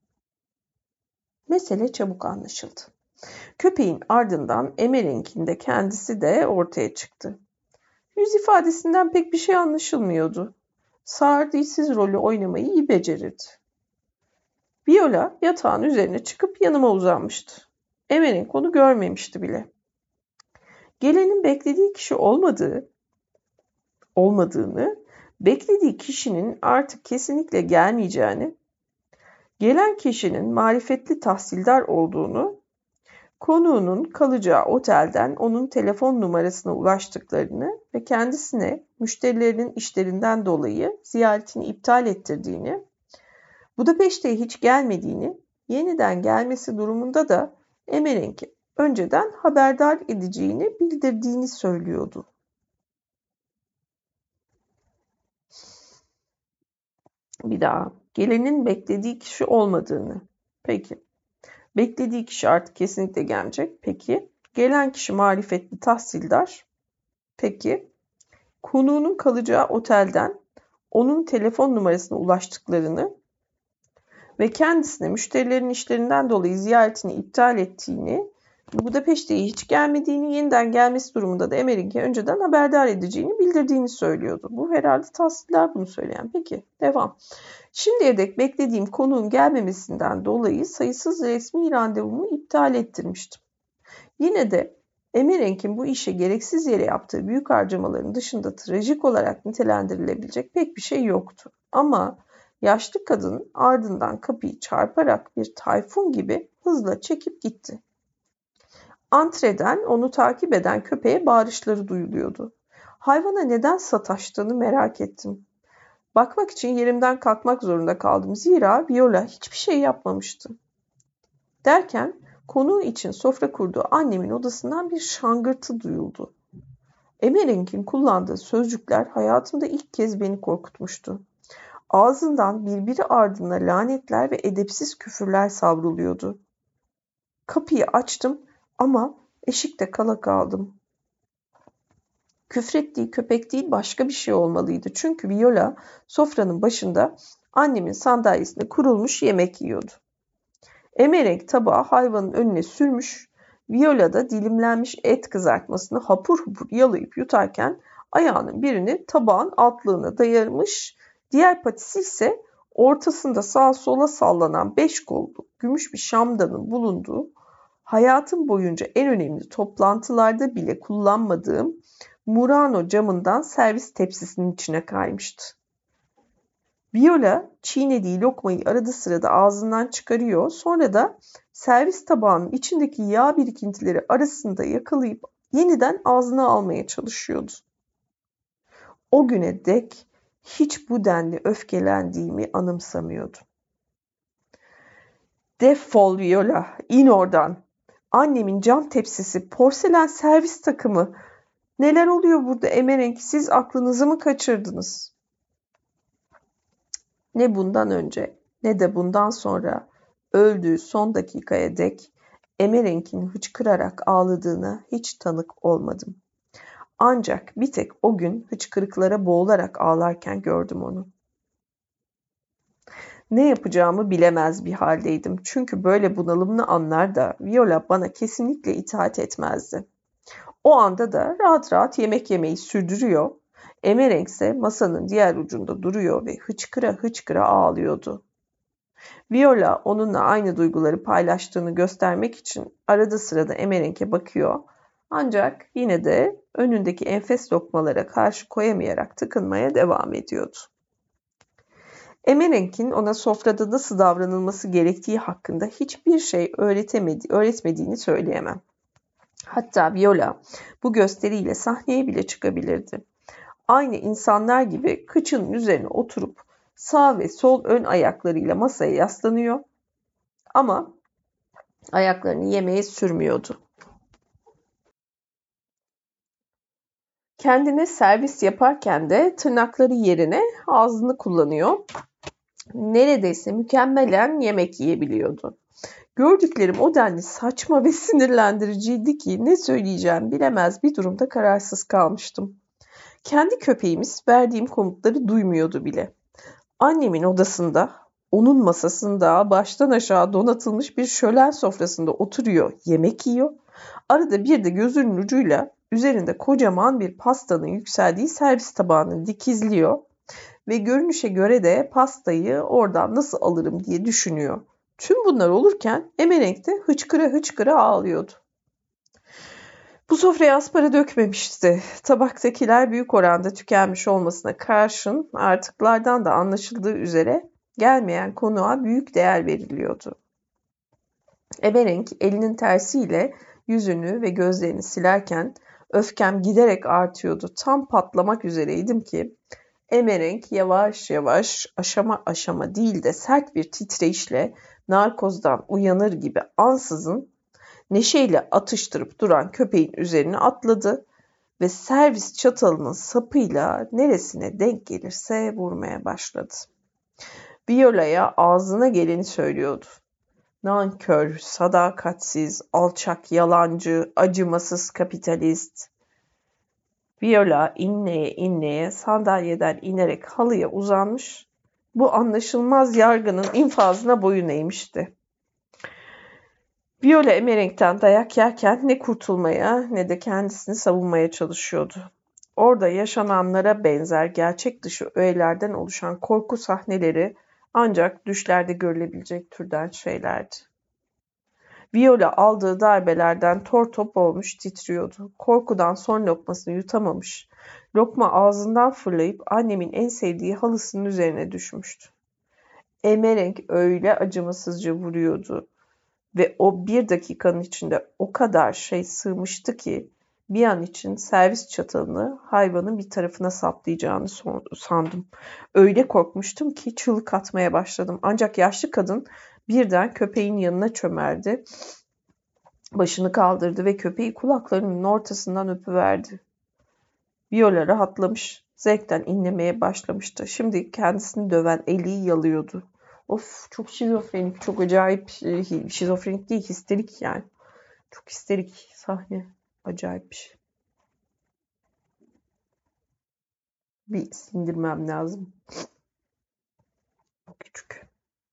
Mesele çabuk anlaşıldı. Köpeğin ardından Emerenk'in de kendisi de ortaya çıktı. Yüz ifadesinden pek bir şey anlaşılmıyordu. Sağır dilsiz rolü oynamayı iyi becerirdi. Viola yatağın üzerine çıkıp yanıma uzanmıştı. Emerenk onu görmemişti bile. Gelenin beklediği kişi olmadığı, olmadığını, beklediği kişinin artık kesinlikle gelmeyeceğini, gelen kişinin marifetli tahsildar olduğunu, konuğunun kalacağı otelden onun telefon numarasına ulaştıklarını ve kendisine müşterilerinin işlerinden dolayı ziyaretini iptal ettirdiğini, Budapeşte'ye hiç gelmediğini, yeniden gelmesi durumunda da Emerenk'i önceden haberdar edeceğini bildirdiğini söylüyordu. Bir daha, gelenin beklediği kişi olmadığını. Peki, beklediği kişi artık kesinlikle gelmeyecek. Peki, gelen kişi marifetli tahsildar. Peki, konuğunun kalacağı otelden onun telefon numarasına ulaştıklarını ve kendisine müşterilerin işlerinden dolayı ziyaretini iptal ettiğini, Budapeşte'ye hiç gelmediğini, yeniden gelmesi durumunda da Emerenk'e önceden haberdar edeceğini bildirdiğini söylüyordu. Bu herhalde tahsiller bunu söyleyen. Peki, devam. Şimdiye dek beklediğim konuğun gelmemesinden dolayı sayısız resmi randevumu iptal ettirmiştim. Yine de Emerenk'in bu işe gereksiz yere yaptığı büyük harcamaların dışında trajik olarak nitelendirilebilecek pek bir şey yoktu. Ama yaşlı kadın ardından kapıyı çarparak bir tayfun gibi hızla çekip gitti. Antreden onu takip eden köpeğe bağırışları duyuluyordu. Hayvana neden sataştığını merak ettim. Bakmak için yerimden kalkmak zorunda kaldım. Zira Viola hiçbir şey yapmamıştı. Derken konuğu için sofra kurduğu annemin odasından bir şangırtı duyuldu. Emerenk'in kullandığı sözcükler hayatımda ilk kez beni korkutmuştu. Ağzından birbiri ardına lanetler ve edepsiz küfürler savruluyordu. Kapıyı açtım ama eşikte kala kaldım. Küfrettiği köpek değil başka bir şey olmalıydı. Çünkü Viola sofranın başında annemin sandalyesinde kurulmuş yemek yiyordu. Emerenk tabağı hayvanın önüne sürmüş, Viola da dilimlenmiş et kızartmasını hapur hapur yalayıp yutarken ayağının birini tabağın altlığına dayamış, diğer patisi ise ortasında sağa sola sallanan beş kollu gümüş bir şamdanın bulunduğu, hayatım boyunca en önemli toplantılarda bile kullanmadığım Murano camından servis tepsisinin içine kaymıştı. Viola çiğnediği lokmayı arada sırada ağzından çıkarıyor, sonra da servis tabağının içindeki yağ birikintileri arasında yakalayıp yeniden ağzına almaya çalışıyordu. O güne dek hiç bu denli öfkelendiğimi anımsamıyordum. Defol Viola, in oradan. Annemin cam tepsisi, porselen servis takımı. Neler oluyor burada Emerenk? Siz aklınızı mı kaçırdınız? Ne bundan önce ne de bundan sonra öldüğü son dakikaya dek Emerenk'in hıçkırarak ağladığına hiç tanık olmadım. Ancak bir tek o gün hıçkırıklara boğularak ağlarken gördüm onu. Ne yapacağımı bilemez bir haldeydim. Çünkü böyle bunalımlı anlarda Viola bana kesinlikle itaat etmezdi. O anda da rahat rahat yemek yemeyi sürdürüyor. Emerenk ise masanın diğer ucunda duruyor ve hıçkıra hıçkıra ağlıyordu. Viola onunla aynı duyguları paylaştığını göstermek için arada sırada Emerenk'e bakıyor. Ancak yine de önündeki enfes lokmalara karşı koyamayarak tıkınmaya devam ediyordu. Emerenk'in ona sofrada nasıl davranılması gerektiği hakkında hiçbir şey öğretemedi, öğretmediğini söyleyemem. Hatta Viola bu gösteriyle sahneye bile çıkabilirdi. Aynı insanlar gibi kıçının üzerine oturup sağ ve sol ön ayaklarıyla masaya yaslanıyor ama ayaklarını yemeğe sürmüyordu. Kendine servis yaparken de tırnakları yerine ağzını kullanıyor. Neredeyse mükemmelen yemek yiyebiliyordu. Gördüklerim o denli saçma ve sinirlendiriciydi ki ne söyleyeceğimi bilemez bir durumda kararsız kalmıştım. Kendi köpeğimiz verdiğim komutları duymuyordu bile. Annemin odasında, onun masasında baştan aşağı donatılmış bir şölen sofrasında oturuyor, yemek yiyor. Arada bir de gözünün ucuyla üzerinde kocaman bir pastanın yükseldiği servis tabağını dikizliyor ve görünüşe göre de pastayı oradan nasıl alırım diye düşünüyor. Tüm bunlar olurken Emerenk de hıçkıra hıçkıra ağlıyordu. Bu sofraya az para dökmemişti. Tabaktakiler büyük oranda tükenmiş olmasına karşın artıklardan da anlaşıldığı üzere gelmeyen konuğa büyük değer veriliyordu. Emerenk elinin tersiyle yüzünü ve gözlerini silerken öfkem giderek artıyordu. Tam patlamak üzereydim ki Emerenk yavaş yavaş aşama aşama değil de sert bir titreyişle narkozdan uyanır gibi ansızın neşeyle atıştırıp duran köpeğin üzerine atladı ve servis çatalının sapıyla neresine denk gelirse vurmaya başladı. Viola'ya ağzına geleni söylüyordu. Nankör, sadakatsiz, alçak, yalancı, acımasız kapitalist. Viola inleye inleye sandalyeden inerek halıya uzanmış, bu anlaşılmaz yargının infazına boyun eğmişti. Viola Emerenk'ten dayak yerken ne kurtulmaya ne de kendisini savunmaya çalışıyordu. Orada yaşananlara benzer gerçek dışı öğelerden oluşan korku sahneleri ancak düşlerde görülebilecek türden şeylerdi. Viola aldığı darbelerden tor top olmuş titriyordu. Korkudan son lokmasını yutamamış. Lokma ağzından fırlayıp annemin en sevdiği halısının üzerine düşmüştü. Emerenk öyle acımasızca vuruyordu. Ve o bir dakikanın içinde o kadar şey sığmıştı ki bir an için servis çatalını hayvanın bir tarafına saplayacağını sandım. Öyle korkmuştum ki çığlık atmaya başladım. Ancak yaşlı kadın birden köpeğin yanına çömerdi. Başını kaldırdı ve köpeği kulaklarının ortasından öpüverdi. Viola rahatlamış, zevkten inlemeye başlamıştı. Şimdi kendisini döven eli yalıyordu. Of, çok şizofrenik, çok acayip, şizofrenik değil, histerik yani. Çok histerik sahne, acayip bir şey. Bir sindirmem lazım. Çok küçük.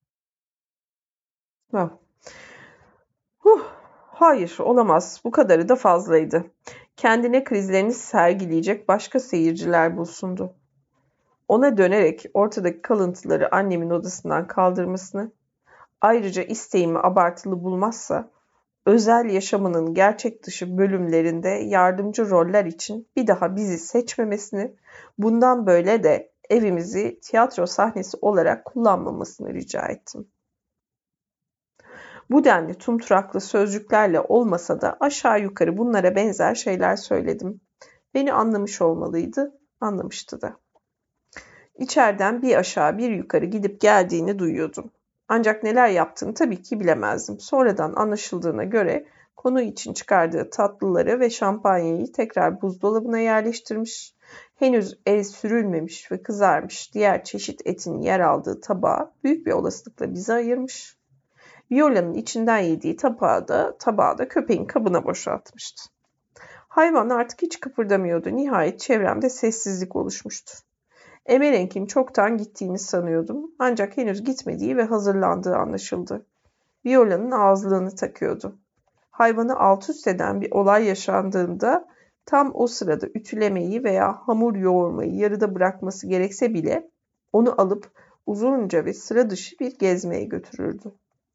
Ha. Huh. Hayır, olamaz. Bu kadarı da fazlaydı. Kendine krizlerini sergileyecek başka seyirciler bulsundu. Ona dönerek ortadaki kalıntıları annemin odasından kaldırmasını, ayrıca isteğimi abartılı bulmazsa, özel yaşamının gerçek dışı bölümlerinde yardımcı roller için bir daha bizi seçmemesini, bundan böyle de evimizi tiyatro sahnesi olarak kullanmamasını rica ettim. Bu denli tumturaklı sözcüklerle olmasa da aşağı yukarı bunlara benzer şeyler söyledim. Beni anlamış olmalıydı, anlamıştı da. İçeriden bir aşağı bir yukarı gidip geldiğini duyuyordum. Ancak neler yaptığını tabii ki bilemezdim. Sonradan anlaşıldığına göre konu için çıkardığı tatlıları ve şampanyayı tekrar buzdolabına yerleştirmiş, henüz el sürülmemiş ve kızarmış diğer çeşit etin yer aldığı tabağı büyük bir olasılıkla bize ayırmış. Viola'nın içinden yediği tabağı da, tabağı da köpeğin kabına boşaltmıştı. Hayvan artık hiç kıpırdamıyordu. Nihayet çevremde sessizlik oluşmuştu. Emerenk'in çoktan gittiğini sanıyordum. Ancak henüz gitmediği ve hazırlandığı anlaşıldı. Viola'nın ağızlığını takıyordu. Hayvanı alt üst eden bir olay yaşandığında Tam o sırada ütülemeyi veya hamur yoğurmayı yarıda bırakması gerekse bile onu alıp uzunca ve sıra dışı bir gezmeye götürürdü.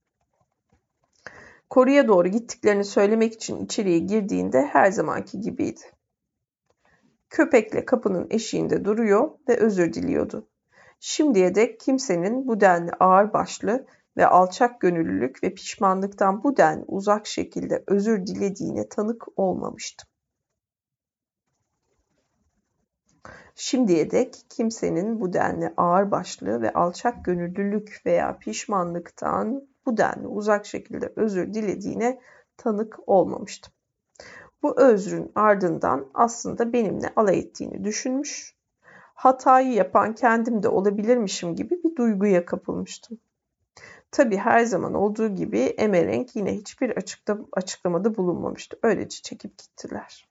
Koruya doğru gittiklerini söylemek için içeriye girdiğinde her zamanki gibiydi. Köpekle kapının eşiğinde duruyor ve özür diliyordu. Şimdiye dek kimsenin bu denli ağırbaşlı ve alçak gönüllülük ve pişmanlıktan bu denli uzak şekilde özür dilediğine tanık olmamıştım. Şimdiye dek kimsenin bu denli ağırbaşlı ve alçak gönüllülük veya pişmanlıktan bu denli uzak şekilde özür dilediğine tanık olmamıştım. Bu özrün ardından aslında benimle alay ettiğini düşünmüş, hatayı yapan kendim de olabilirmişim gibi bir duyguya kapılmıştım. Tabii her zaman olduğu gibi Emerenk yine hiçbir açıkla, açıklamada bulunmamıştı. Öylece çekip gittiler.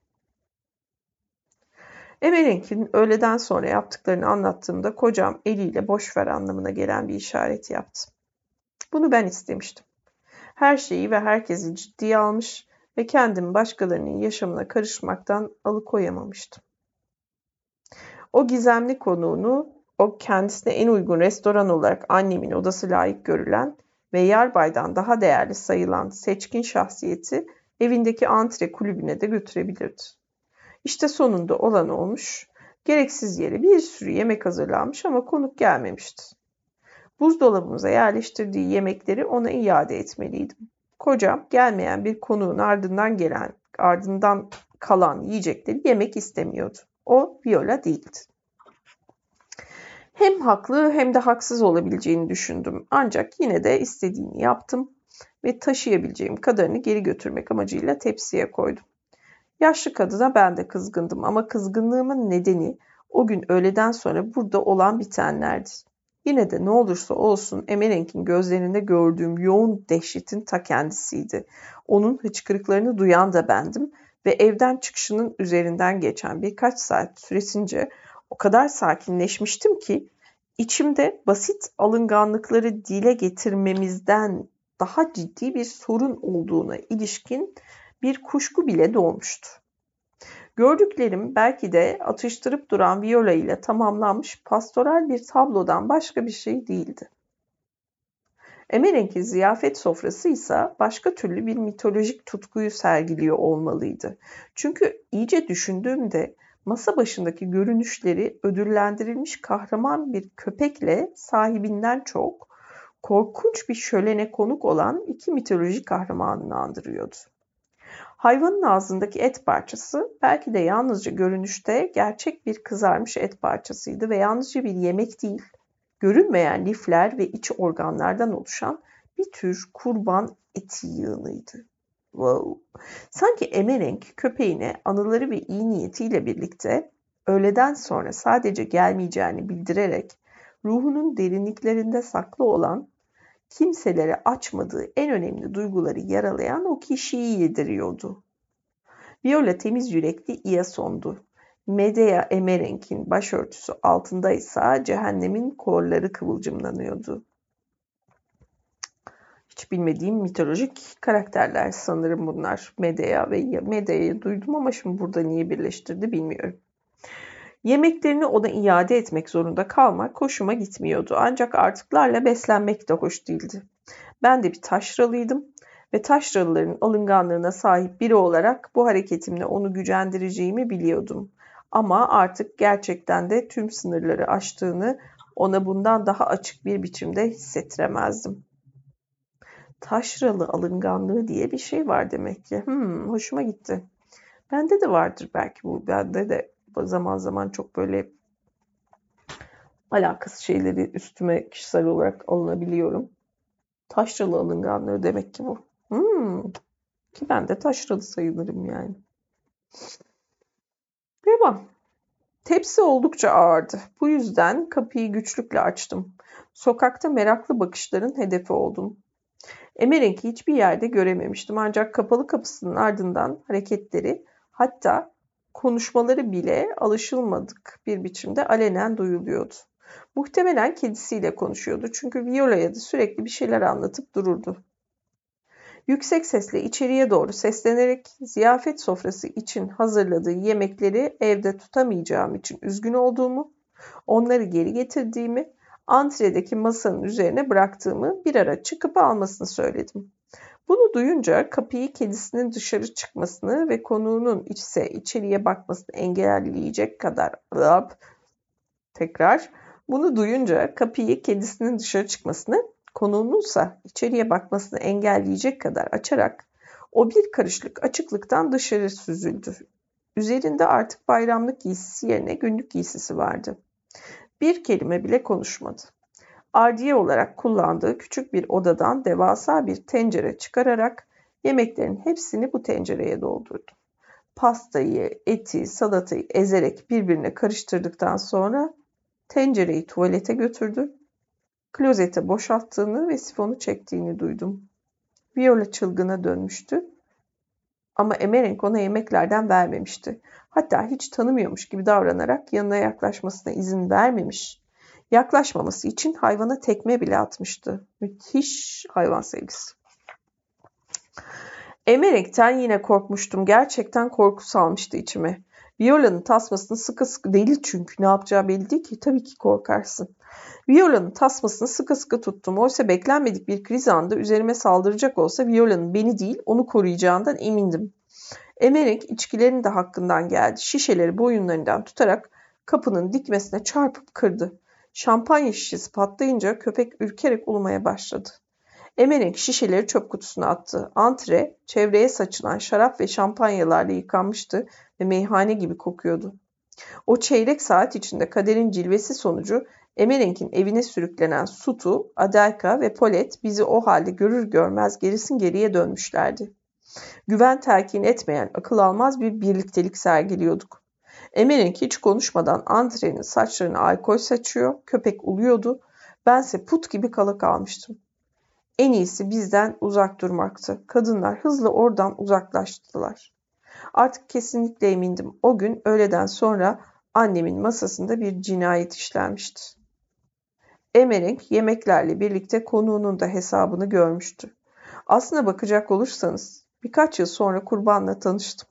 Emerenk'in öğleden sonra yaptıklarını anlattığımda kocam eliyle boş ver anlamına gelen bir işaret yaptı. Bunu ben istemiştim. Her şeyi ve herkesi ciddiye almış ve kendimi başkalarının yaşamına karışmaktan alıkoyamamıştım. O gizemli konuğunu, o kendisine en uygun restoran olarak annemin odası layık görülen ve Yarbay'dan daha değerli sayılan seçkin şahsiyeti evindeki antre kulübüne de götürebilirdi. İşte sonunda olan olmuş, gereksiz yere bir sürü yemek hazırlanmış ama konuk gelmemişti. Buzdolabımıza yerleştirdiği yemekleri ona iade etmeliydim. Kocam gelmeyen bir konuğun ardından gelen, ardından kalan yiyecekleri yemek istemiyordu. O Viola değildi. Hem haklı hem de haksız olabileceğini düşündüm. Ancak yine de istediğini yaptım ve taşıyabileceğim kadarını geri götürmek amacıyla tepsiye koydum. Yaşlı kadına ben de kızgındım ama kızgınlığımın nedeni o gün öğleden sonra burada olan bitenlerdi. Yine de ne olursa olsun Emerenk'in gözlerinde gördüğüm yoğun dehşetin ta kendisiydi. Onun hıçkırıklarını duyan da bendim ve evden çıkışının üzerinden geçen birkaç saat süresince o kadar sakinleşmiştim ki içimde basit alınganlıkları dile getirmemizden daha ciddi bir sorun olduğuna ilişkin bir kuşku bile doğmuştu. Gördüklerim belki de atıştırıp duran Viola ile tamamlanmış pastoral bir tablodan başka bir şey değildi. Emerenk'in ziyafet sofrası ise başka türlü bir mitolojik tutkuyu sergiliyor olmalıydı. Çünkü iyice düşündüğümde masa başındaki görünüşleri ödüllendirilmiş kahraman bir köpekle sahibinden çok korkunç bir şölene konuk olan iki mitolojik kahramanını andırıyordu. Hayvanın ağzındaki et parçası belki de yalnızca görünüşte gerçek bir kızarmış et parçasıydı ve yalnızca bir yemek değil, görünmeyen lifler ve iç organlardan oluşan bir tür kurban eti yığınıydı. Wow. Sanki Emerenk köpeğine anıları ve iyi niyetiyle birlikte öğleden sonra sadece gelmeyeceğini bildirerek ruhunun derinliklerinde saklı olan, kimselere açmadığı en önemli duyguları yaralayan o kişiyi yediriyordu. Viola temiz yürekli Iason'du. Medea Emerenk'in başörtüsü altında ise cehennemin korları kıvılcımlanıyordu. Hiç bilmediğim mitolojik karakterler sanırım bunlar. Medea ve Medea'yı duydum ama şimdi burada niye birleştirdi bilmiyorum. Yemeklerini ona iade etmek zorunda kalmak hoşuma gitmiyordu. Ancak artıklarla beslenmek de hoş değildi. Ben de bir taşralıydım ve taşralıların alınganlığına sahip biri olarak bu hareketimle onu gücendireceğimi biliyordum. Ama artık gerçekten de tüm sınırları aştığını ona bundan daha açık bir biçimde hissettiremezdim. Taşralı alınganlığı diye bir şey var demek ki. Hmm, hoşuma gitti. Bende de vardır belki bu. Bende de zaman zaman çok böyle alakasız şeyleri üstüme kişisel olarak alınabiliyorum. Taşralı alınganlığı demek ki bu. Hmm. Ki ben de taşralı sayılırım yani. Devam. Tepsi oldukça ağırdı. Bu yüzden kapıyı güçlükle açtım. Sokakta meraklı bakışların hedefi oldum. Emerenk'i hiçbir yerde görememiştim ancak kapalı kapısının ardından hareketleri, hatta konuşmaları bile alışılmadık bir biçimde alenen duyuluyordu. Muhtemelen kedisiyle konuşuyordu çünkü Viola'ya da sürekli bir şeyler anlatıp dururdu. Yüksek sesle içeriye doğru seslenerek ziyafet sofrası için hazırladığı yemekleri evde tutamayacağım için üzgün olduğumu, onları geri getirdiğimi, antredeki masanın üzerine bıraktığımı bir ara çıkıp almasını söyledim. Bunu duyunca kapıyı kedisinin dışarı çıkmasını ve konuğunun ise içeriye bakmasını engelleyecek kadar tekrar bunu duyunca kapıyı kedisinin dışarı çıkmasını, konuğununsa içeriye bakmasını engelleyecek kadar açarak o bir karışlık açıklıktan dışarı süzüldü. Üzerinde artık bayramlık giysisi yerine günlük giysisi vardı. Bir kelime bile konuşmadı. Ardiye olarak kullandığı küçük bir odadan devasa bir tencere çıkararak yemeklerin hepsini bu tencereye doldurdu. Pastayı, eti, salatayı ezerek birbirine karıştırdıktan sonra tencereyi tuvalete götürdü. Klozete boşalttığını ve sifonu çektiğini duydum. Viola çılgına dönmüştü. Ama Emmerenk ona yemeklerden vermemişti. Hatta hiç tanımıyormuş gibi davranarak yanına yaklaşmasına izin vermemiş. Yaklaşmaması için hayvana tekme bile atmıştı. Müthiş hayvan sevgisi. Emmerenk'ten yine korkmuştum. Gerçekten korku salmıştı içime. Viola'nın tasmasını sıkı sıkı, deli çünkü ne yapacağı belli değil ki, tabii ki korkarsın. Viola'nın tasmasını sıkı sıkı tuttum. Oysa beklenmedik bir kriz anında üzerime saldıracak olsa Viola'nın beni değil onu koruyacağından emindim. Emmerenk içkilerin de hakkından geldi. Şişeleri boyunlarından tutarak kapının dikmesine çarpıp kırdı. Şampanya şişesi patlayınca köpek ürkerek ulumaya başladı. Emmerenk şişeleri çöp kutusuna attı. Antre, çevreye saçılan şarap ve şampanyalarla yıkanmıştı ve meyhane gibi kokuyordu. O çeyrek saat içinde kaderin cilvesi sonucu Emmerenk'in evine sürüklenen Sutu, Adelka ve Polet bizi o halde görür görmez gerisin geriye dönmüşlerdi. Güven telkin etmeyen, akıl almaz bir birliktelik sergiliyorduk. Emmerenk hiç konuşmadan Antre'nin saçlarına alkol saçıyor, köpek uluyordu. Bense put gibi kala kalmıştım. En iyisi bizden uzak durmaktı. Kadınlar hızla oradan uzaklaştılar. Artık kesinlikle emindim. O gün öğleden sonra annemin masasında bir cinayet işlenmişti. Emmerenk yemeklerle birlikte konuğunun da hesabını görmüştü. Aslına bakacak olursanız birkaç yıl sonra kurbanla tanıştım.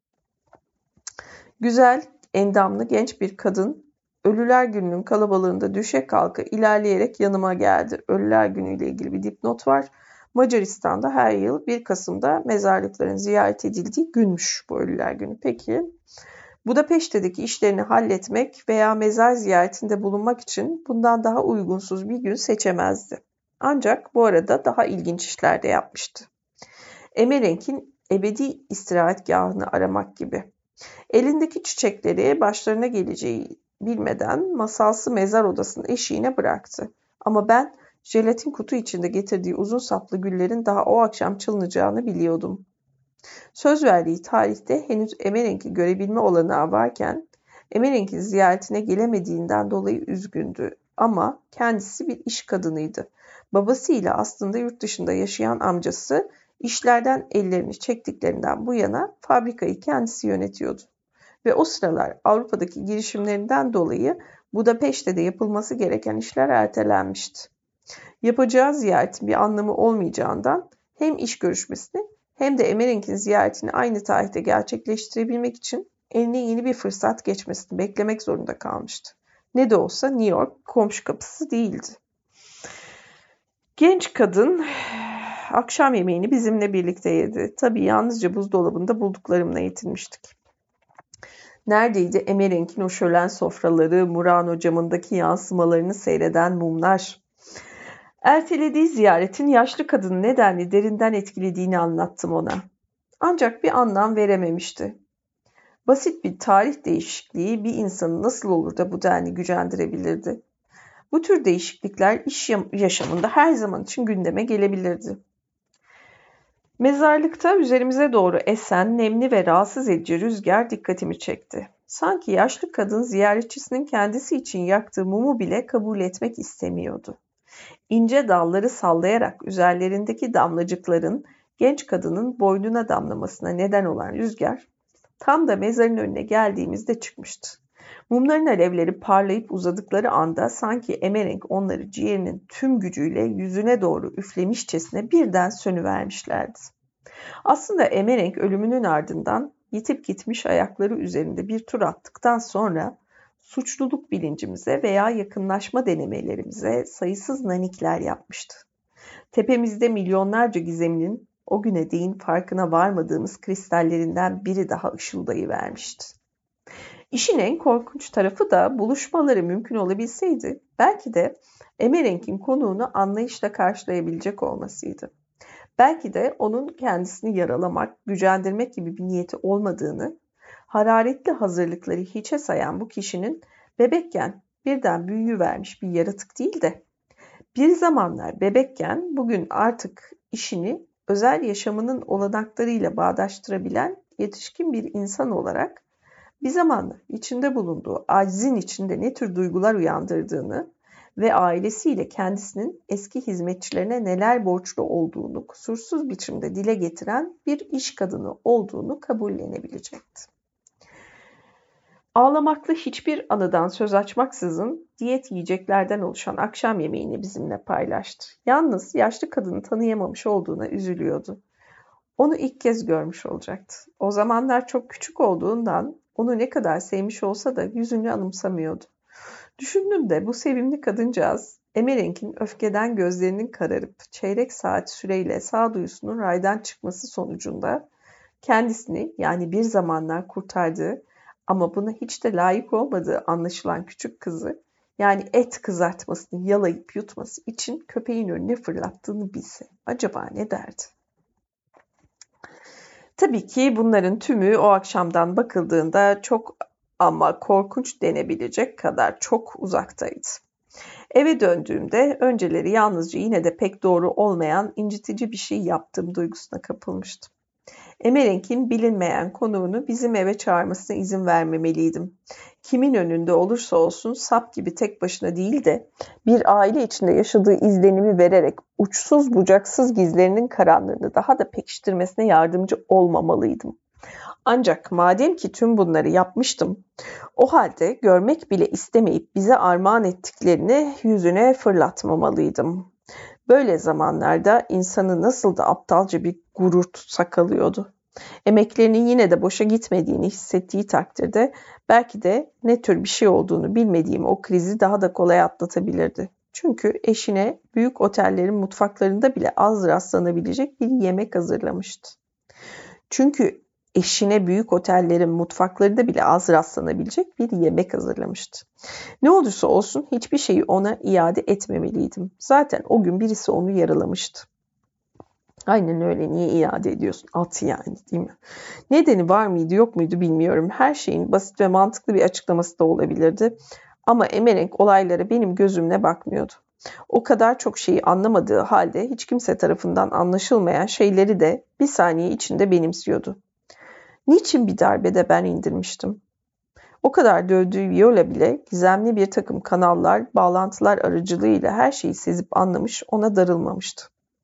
Güzel, endamlı genç bir kadın Ölüler Günü'nün kalabalığında düşe kalka ilerleyerek yanıma geldi. Ölüler Günü ile ilgili bir dipnot var. Macaristan'da her yıl bir Kasım'da mezarlıkların ziyaret edildiği günmüş bu Ölüler Günü. Peki, Budapeşte'deki işlerini halletmek veya mezar ziyaretinde bulunmak için bundan daha uygunsuz bir gün seçemezdi. Ancak bu arada daha ilginç işler de yapmıştı. Emmerenk'in ebedi istirahatgahını aramak gibi. Elindeki çiçekleri başlarına geleceği bilmeden masalsı mezar odasının eşiğine bıraktı. Ama ben jelatin kutu içinde getirdiği uzun saplı güllerin daha o akşam çalınacağını biliyordum. Söz verdiği tarihte henüz Emmerenk'i görebilme olanağı varken Emmerenk'in ziyaretine gelemediğinden dolayı üzgündü. Ama kendisi bir iş kadınıydı. Babasıyla aslında yurt dışında yaşayan amcası işlerden ellerini çektiklerinden bu yana fabrikayı kendisi yönetiyordu. Ve o sıralar Avrupa'daki girişimlerinden dolayı Budapeşte'de yapılması gereken işler ertelenmişti. Yapacağı ziyaretin bir anlamı olmayacağından hem iş görüşmesini hem de Emmerenk'in ziyaretini aynı tarihte gerçekleştirebilmek için eline yeni bir fırsat geçmesini beklemek zorunda kalmıştı. Ne de olsa New York komşu kapısı değildi. Genç kadın akşam yemeğini bizimle birlikte yedi. Tabii yalnızca buzdolabında bulduklarımla yetinmiştik. Neredeydi Emmerenk'in o şölen sofraları, Murano camındaki yansımalarını seyreden mumlar? Ertelediği ziyaretin yaşlı kadını nedenli derinden etkilediğini anlattım ona. Ancak bir anlam verememişti. Basit bir tarih değişikliği bir insanı nasıl olur da bu denli gücendirebilirdi? Bu tür değişiklikler iş yaşamında her zaman için gündeme gelebilirdi. Mezarlıkta üzerimize doğru esen nemli ve rahatsız edici rüzgar dikkatimi çekti. Sanki yaşlı kadın ziyaretçisinin kendisi için yaktığı mumu bile kabul etmek istemiyordu. İnce dalları sallayarak üzerlerindeki damlacıkların genç kadının boynuna damlamasına neden olan rüzgar tam da mezarın önüne geldiğimizde çıkmıştı. Mumların alevleri parlayıp uzadıkları anda sanki Emerenk onları ciğerinin tüm gücüyle yüzüne doğru üflemişçesine birden sönüvermişlerdi. Aslında Emerenk ölümünün ardından yitip gitmiş ayakları üzerinde bir tur attıktan sonra suçluluk bilincimize veya yakınlaşma denemelerimize sayısız nanikler yapmıştı. Tepemizde milyonlarca gizeminin o güne değin farkına varmadığımız kristallerinden biri daha ışıldayıvermişti. İşin en korkunç tarafı da buluşmaları mümkün olabilseydi belki de Emerenk'in konuğunu anlayışla karşılayabilecek olmasıydı. Belki de onun kendisini yaralamak, gücendirmek gibi bir niyeti olmadığını, hararetli hazırlıkları hiçe sayan bu kişinin bebekken birden büyüyüvermiş bir yaratık değil de, bir zamanlar bebekken bugün artık işini özel yaşamının olanaklarıyla bağdaştırabilen yetişkin bir insan olarak bir zamanlar içinde bulunduğu acizin içinde ne tür duygular uyandırdığını ve ailesiyle kendisinin eski hizmetçilerine neler borçlu olduğunu kusursuz biçimde dile getiren bir iş kadını olduğunu kabullenebilecekti. Ağlamaklı hiçbir anıdan söz açmaksızın diyet yiyeceklerden oluşan akşam yemeğini bizimle paylaştı. Yalnız yaşlı kadını tanıyamamış olduğuna üzülüyordu. Onu ilk kez görmüş olacaktı. O zamanlar çok küçük olduğundan onu ne kadar sevmiş olsa da yüzünü anımsamıyordu. Düşündüm de bu sevimli kadıncağız Emerenk'in öfkeden gözlerinin kararıp çeyrek saat süreyle sağduyusunun raydan çıkması sonucunda kendisini, yani bir zamanlar kurtardığı ama buna hiç de layık olmadığı anlaşılan küçük kızı, yani et kızartmasını yalayıp yutması için köpeğin önüne fırlattığını bilse acaba ne derdi? Tabii ki bunların tümü o akşamdan bakıldığında çok ama korkunç denebilecek kadar çok uzaktaydı. Eve döndüğümde önceleri yalnızca yine de pek doğru olmayan incitici bir şey yaptığım duygusuna kapılmıştım. Emerenk'in bilinmeyen konuğunu bizim eve çağırmasına izin vermemeliydim. Kimin önünde olursa olsun sap gibi tek başına değil de bir aile içinde yaşadığı izlenimi vererek uçsuz bucaksız gizlerinin karanlığını daha da pekiştirmesine yardımcı olmamalıydım. Ancak madem ki tüm bunları yapmıştım, o halde görmek bile istemeyip bize armağan ettiklerini yüzüne fırlatmamalıydım. Böyle zamanlarda insanı nasıl da aptalca bir gurur tutsa kalıyordu. Emeklerinin yine de boşa gitmediğini hissettiği takdirde belki de ne tür bir şey olduğunu bilmediğim o krizi daha da kolay atlatabilirdi. Çünkü eşine büyük otellerin mutfaklarında bile az rastlanabilecek bir yemek hazırlamıştı. Çünkü eşine büyük otellerin mutfaklarında bile az rastlanabilecek bir yemek hazırlamıştı. Ne olursa olsun hiçbir şeyi ona iade etmemeliydim. Zaten o gün birisi onu yaralamıştı. Aynen öyle, niye iade ediyorsun? At yani, değil mi? Nedeni var mıydı yok muydu bilmiyorum. Her şeyin basit ve mantıklı bir açıklaması da olabilirdi. Ama Emerenk olaylara benim gözümle bakmıyordu. O kadar çok şeyi anlamadığı halde hiç kimse tarafından anlaşılmayan şeyleri de bir saniye içinde benimsiyordu. Niçin bir darbede ben indirmiştim? O kadar dövdüğü Viola bile gizemli bir takım kanallar, bağlantılar aracılığıyla her şeyi sezip anlamış, ona darılmamıştı.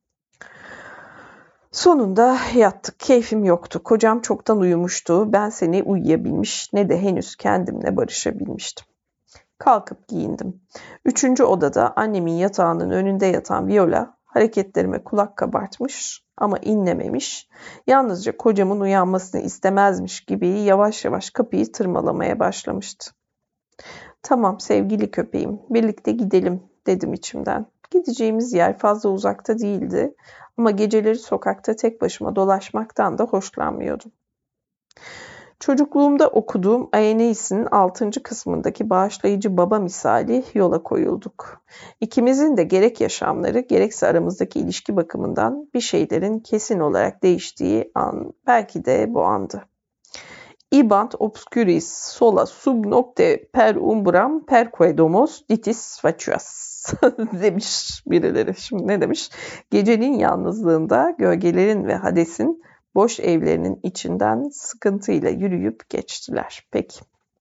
Sonunda yattık. Keyfim yoktu. Kocam çoktan uyumuştu. Bense ne uyuyabilmiş ne de henüz kendimle barışabilmiştim. Kalkıp giyindim. Üçüncü odada annemin yatağının önünde yatan Viola hareketlerime kulak kabartmış ama inlememiş. Yalnızca kocamın uyanmasını istemezmiş gibi yavaş yavaş kapıyı tırmalamaya başlamıştı. Tamam sevgili köpeğim, birlikte gidelim dedim içimden. Gideceğimiz yer fazla uzakta değildi ama geceleri sokakta tek başıma dolaşmaktan da hoşlanmıyordum. Çocukluğumda okuduğum Aeneis'in altıncı kısmındaki bağışlayıcı baba misali yola koyulduk. İkimizin de gerek yaşamları gerekse aramızdaki ilişki bakımından bir şeylerin kesin olarak değiştiği an belki de bu andı. Ibant obscuris sola sub nocte per umbram perque domos ditis facias demiş birileri. Şimdi ne demiş? Gecenin yalnızlığında gölgelerin ve Hades'in boş evlerinin içinden sıkıntıyla yürüyüp geçtiler. Peki.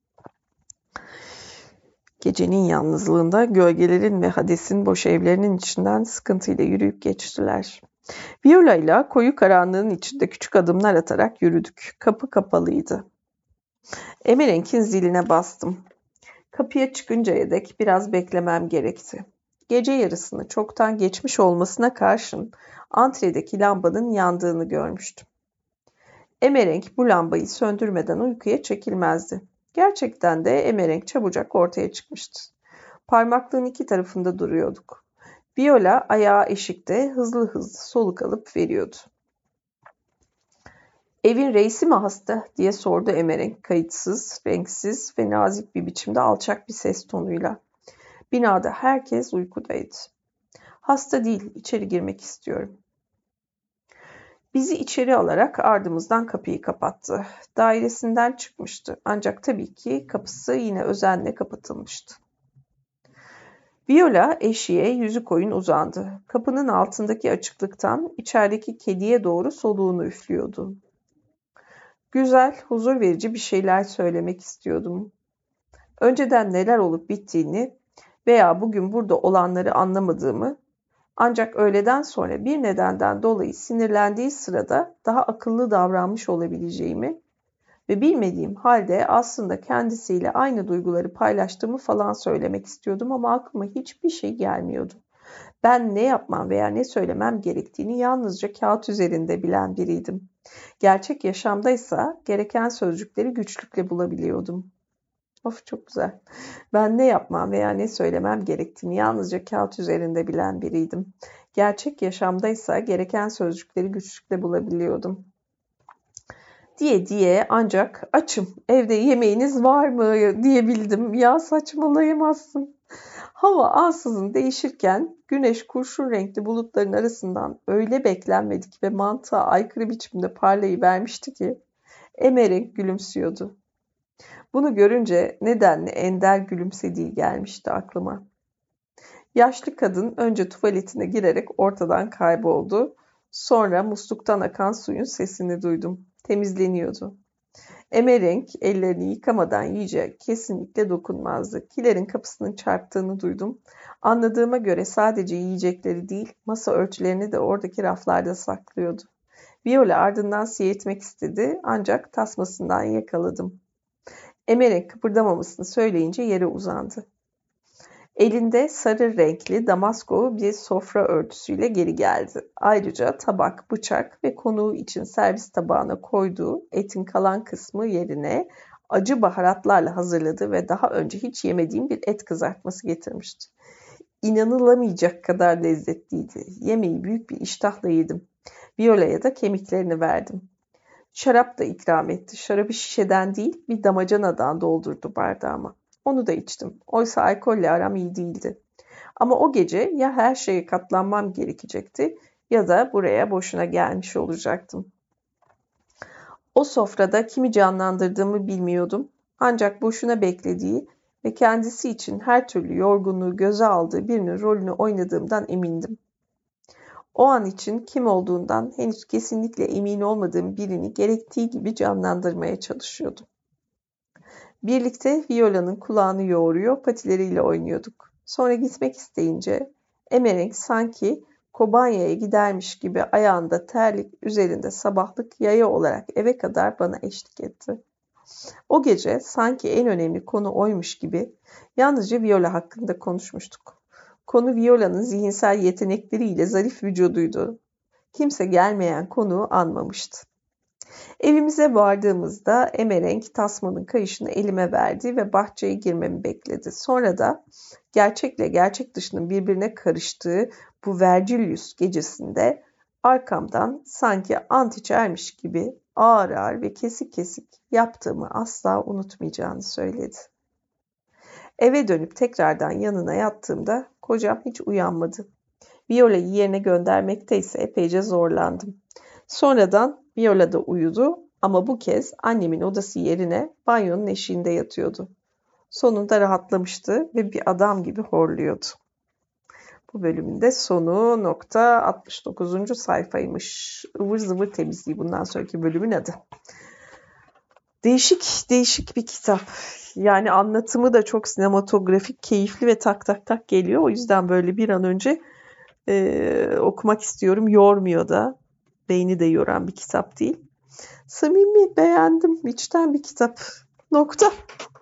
Gecenin yalnızlığında gölgelerin ve Hades'in boş evlerinin içinden sıkıntıyla yürüyüp geçtiler. Viola ile koyu karanlığın içinde küçük adımlar atarak yürüdük. Kapı kapalıydı. Emerenk'in ziline bastım. Kapıya çıkıncaya dek biraz beklemem gerekti. Gece yarısını çoktan geçmiş olmasına karşın antredeki lambanın yandığını görmüştüm. Emerenk bu lambayı söndürmeden uykuya çekilmezdi. Gerçekten de Emerenk çabucak ortaya çıkmıştı. Parmaklığın iki tarafında duruyorduk. Viola ayağı eşikte hızlı hızlı soluk alıp veriyordu. "Evin reisi mi hasta?" diye sordu Emerenk kayıtsız, renksiz ve nazik bir biçimde alçak bir ses tonuyla. Binada herkes uykudaydı. "Hasta değil, içeri girmek istiyorum." Bizi içeri alarak ardımızdan kapıyı kapattı. Dairesinden çıkmıştı. Ancak tabii ki kapısı yine özenle kapatılmıştı. Viola eşiğe yüzü koyun uzandı. Kapının altındaki açıklıktan içerideki kediye doğru soluğunu üflüyordu. Güzel, huzur verici bir şeyler söylemek istiyordum. Önceden neler olup bittiğini veya bugün burada olanları anlamadığımı, ancak öğleden sonra bir nedenden dolayı sinirlendiği sırada daha akıllı davranmış olabileceğimi ve bilmediğim halde aslında kendisiyle aynı duyguları paylaştığımı falan söylemek istiyordum ama aklıma hiçbir şey gelmiyordu. Ben ne yapmam veya ne söylemem gerektiğini yalnızca kağıt üzerinde bilen biriydim. Gerçek yaşamdaysa gereken sözcükleri güçlükle bulabiliyordum. Of, çok güzel. Ben ne yapmam veya ne söylemem gerektiğini yalnızca kağıt üzerinde bilen biriydim. Gerçek yaşamdaysa gereken sözcükleri güçlükle bulabiliyordum. Diye diye ancak "Açım, evde yemeğiniz var mı?" diyebildim. Ya saçmalayamazsın. Hava ansızın değişirken güneş kurşun renkli bulutların arasından öyle beklenmedik ve mantığa aykırı biçimde parlayıvermişti ki Emerenk gülümsüyordu. Bunu görünce nedenli ender gülümsediği gelmişti aklıma. Yaşlı kadın önce tuvaletine girerek ortadan kayboldu. Sonra musluktan akan suyun sesini duydum. Temizleniyordu. Emerenk ellerini yıkamadan yiyeceğe kesinlikle dokunmazdı. Kilerin kapısının çarptığını duydum. Anladığıma göre sadece yiyecekleri değil, masa örtülerini de oradaki raflarda saklıyordu. Viola ardından seyretmek istedi ancak tasmasından yakaladım. Emerek kıpırdamamasını söyleyince yere uzandı. Elinde sarı renkli damasko bir sofra örtüsüyle geri geldi. Ayrıca tabak, bıçak ve konuğu için servis tabağına koyduğu etin kalan kısmı yerine acı baharatlarla hazırladığı ve daha önce hiç yemediğim bir et kızartması getirmişti. İnanılamayacak kadar lezzetliydi. Yemeği büyük bir iştahla yedim. Viola'ya da kemiklerini verdim. Şarap da ikram etti. Şarabı şişeden değil, bir damacanadan doldurdu bardağıma. Onu da içtim. Oysa alkolle aram iyi değildi. Ama o gece ya her şeye katlanmam gerekecekti ya da buraya boşuna gelmiş olacaktım. O sofrada kimi canlandırdığımı bilmiyordum. Ancak boşuna beklediği ve kendisi için her türlü yorgunluğu göze aldığı birinin rolünü oynadığımdan emindim. O an için kim olduğundan henüz kesinlikle emin olmadığım birini gerektiği gibi canlandırmaya çalışıyordum. Birlikte Viola'nın kulağını yoğuruyor, patileriyle oynuyorduk. Sonra gitmek isteyince Emerenk sanki Kobanya'ya gidermiş gibi ayağında terlik, üzerinde sabahlık yaya olarak eve kadar bana eşlik etti. O gece sanki en önemli konu oymuş gibi yalnızca Viola hakkında konuşmuştuk. Konu Viola'nın zihinsel yetenekleriyle zarif vücuduydu. Kimse gelmeyen konuğu anmamıştı. Evimize vardığımızda Emerenk tasmanın kayışını elime verdi ve bahçeye girmemi bekledi. Sonra da gerçekle gerçek dışının birbirine karıştığı bu Vergilius gecesinde arkamdan sanki ant içermiş gibi ağır ağır ve kesik kesik yaptığımı asla unutmayacağını söyledi. Eve dönüp tekrardan yanına yattığımda kocam hiç uyanmadı. Viola'yı yerine göndermekte ise epeyce zorlandım. Sonradan Viola da uyudu ama bu kez annemin odası yerine banyonun eşiğinde yatıyordu. Sonunda rahatlamıştı ve bir adam gibi horluyordu. Bu bölümün de sonu nokta altmış dokuzuncu sayfaymış. Ivır zıvır temizliği bundan sonraki bölümün adı. Değişik değişik bir kitap. Yani anlatımı da çok sinematografik, keyifli ve tak tak tak geliyor. O yüzden böyle bir an önce e, okumak istiyorum. Yormuyor da. Beyni de yoran bir kitap değil. Samimi, beğendim. İçten bir kitap. Nokta.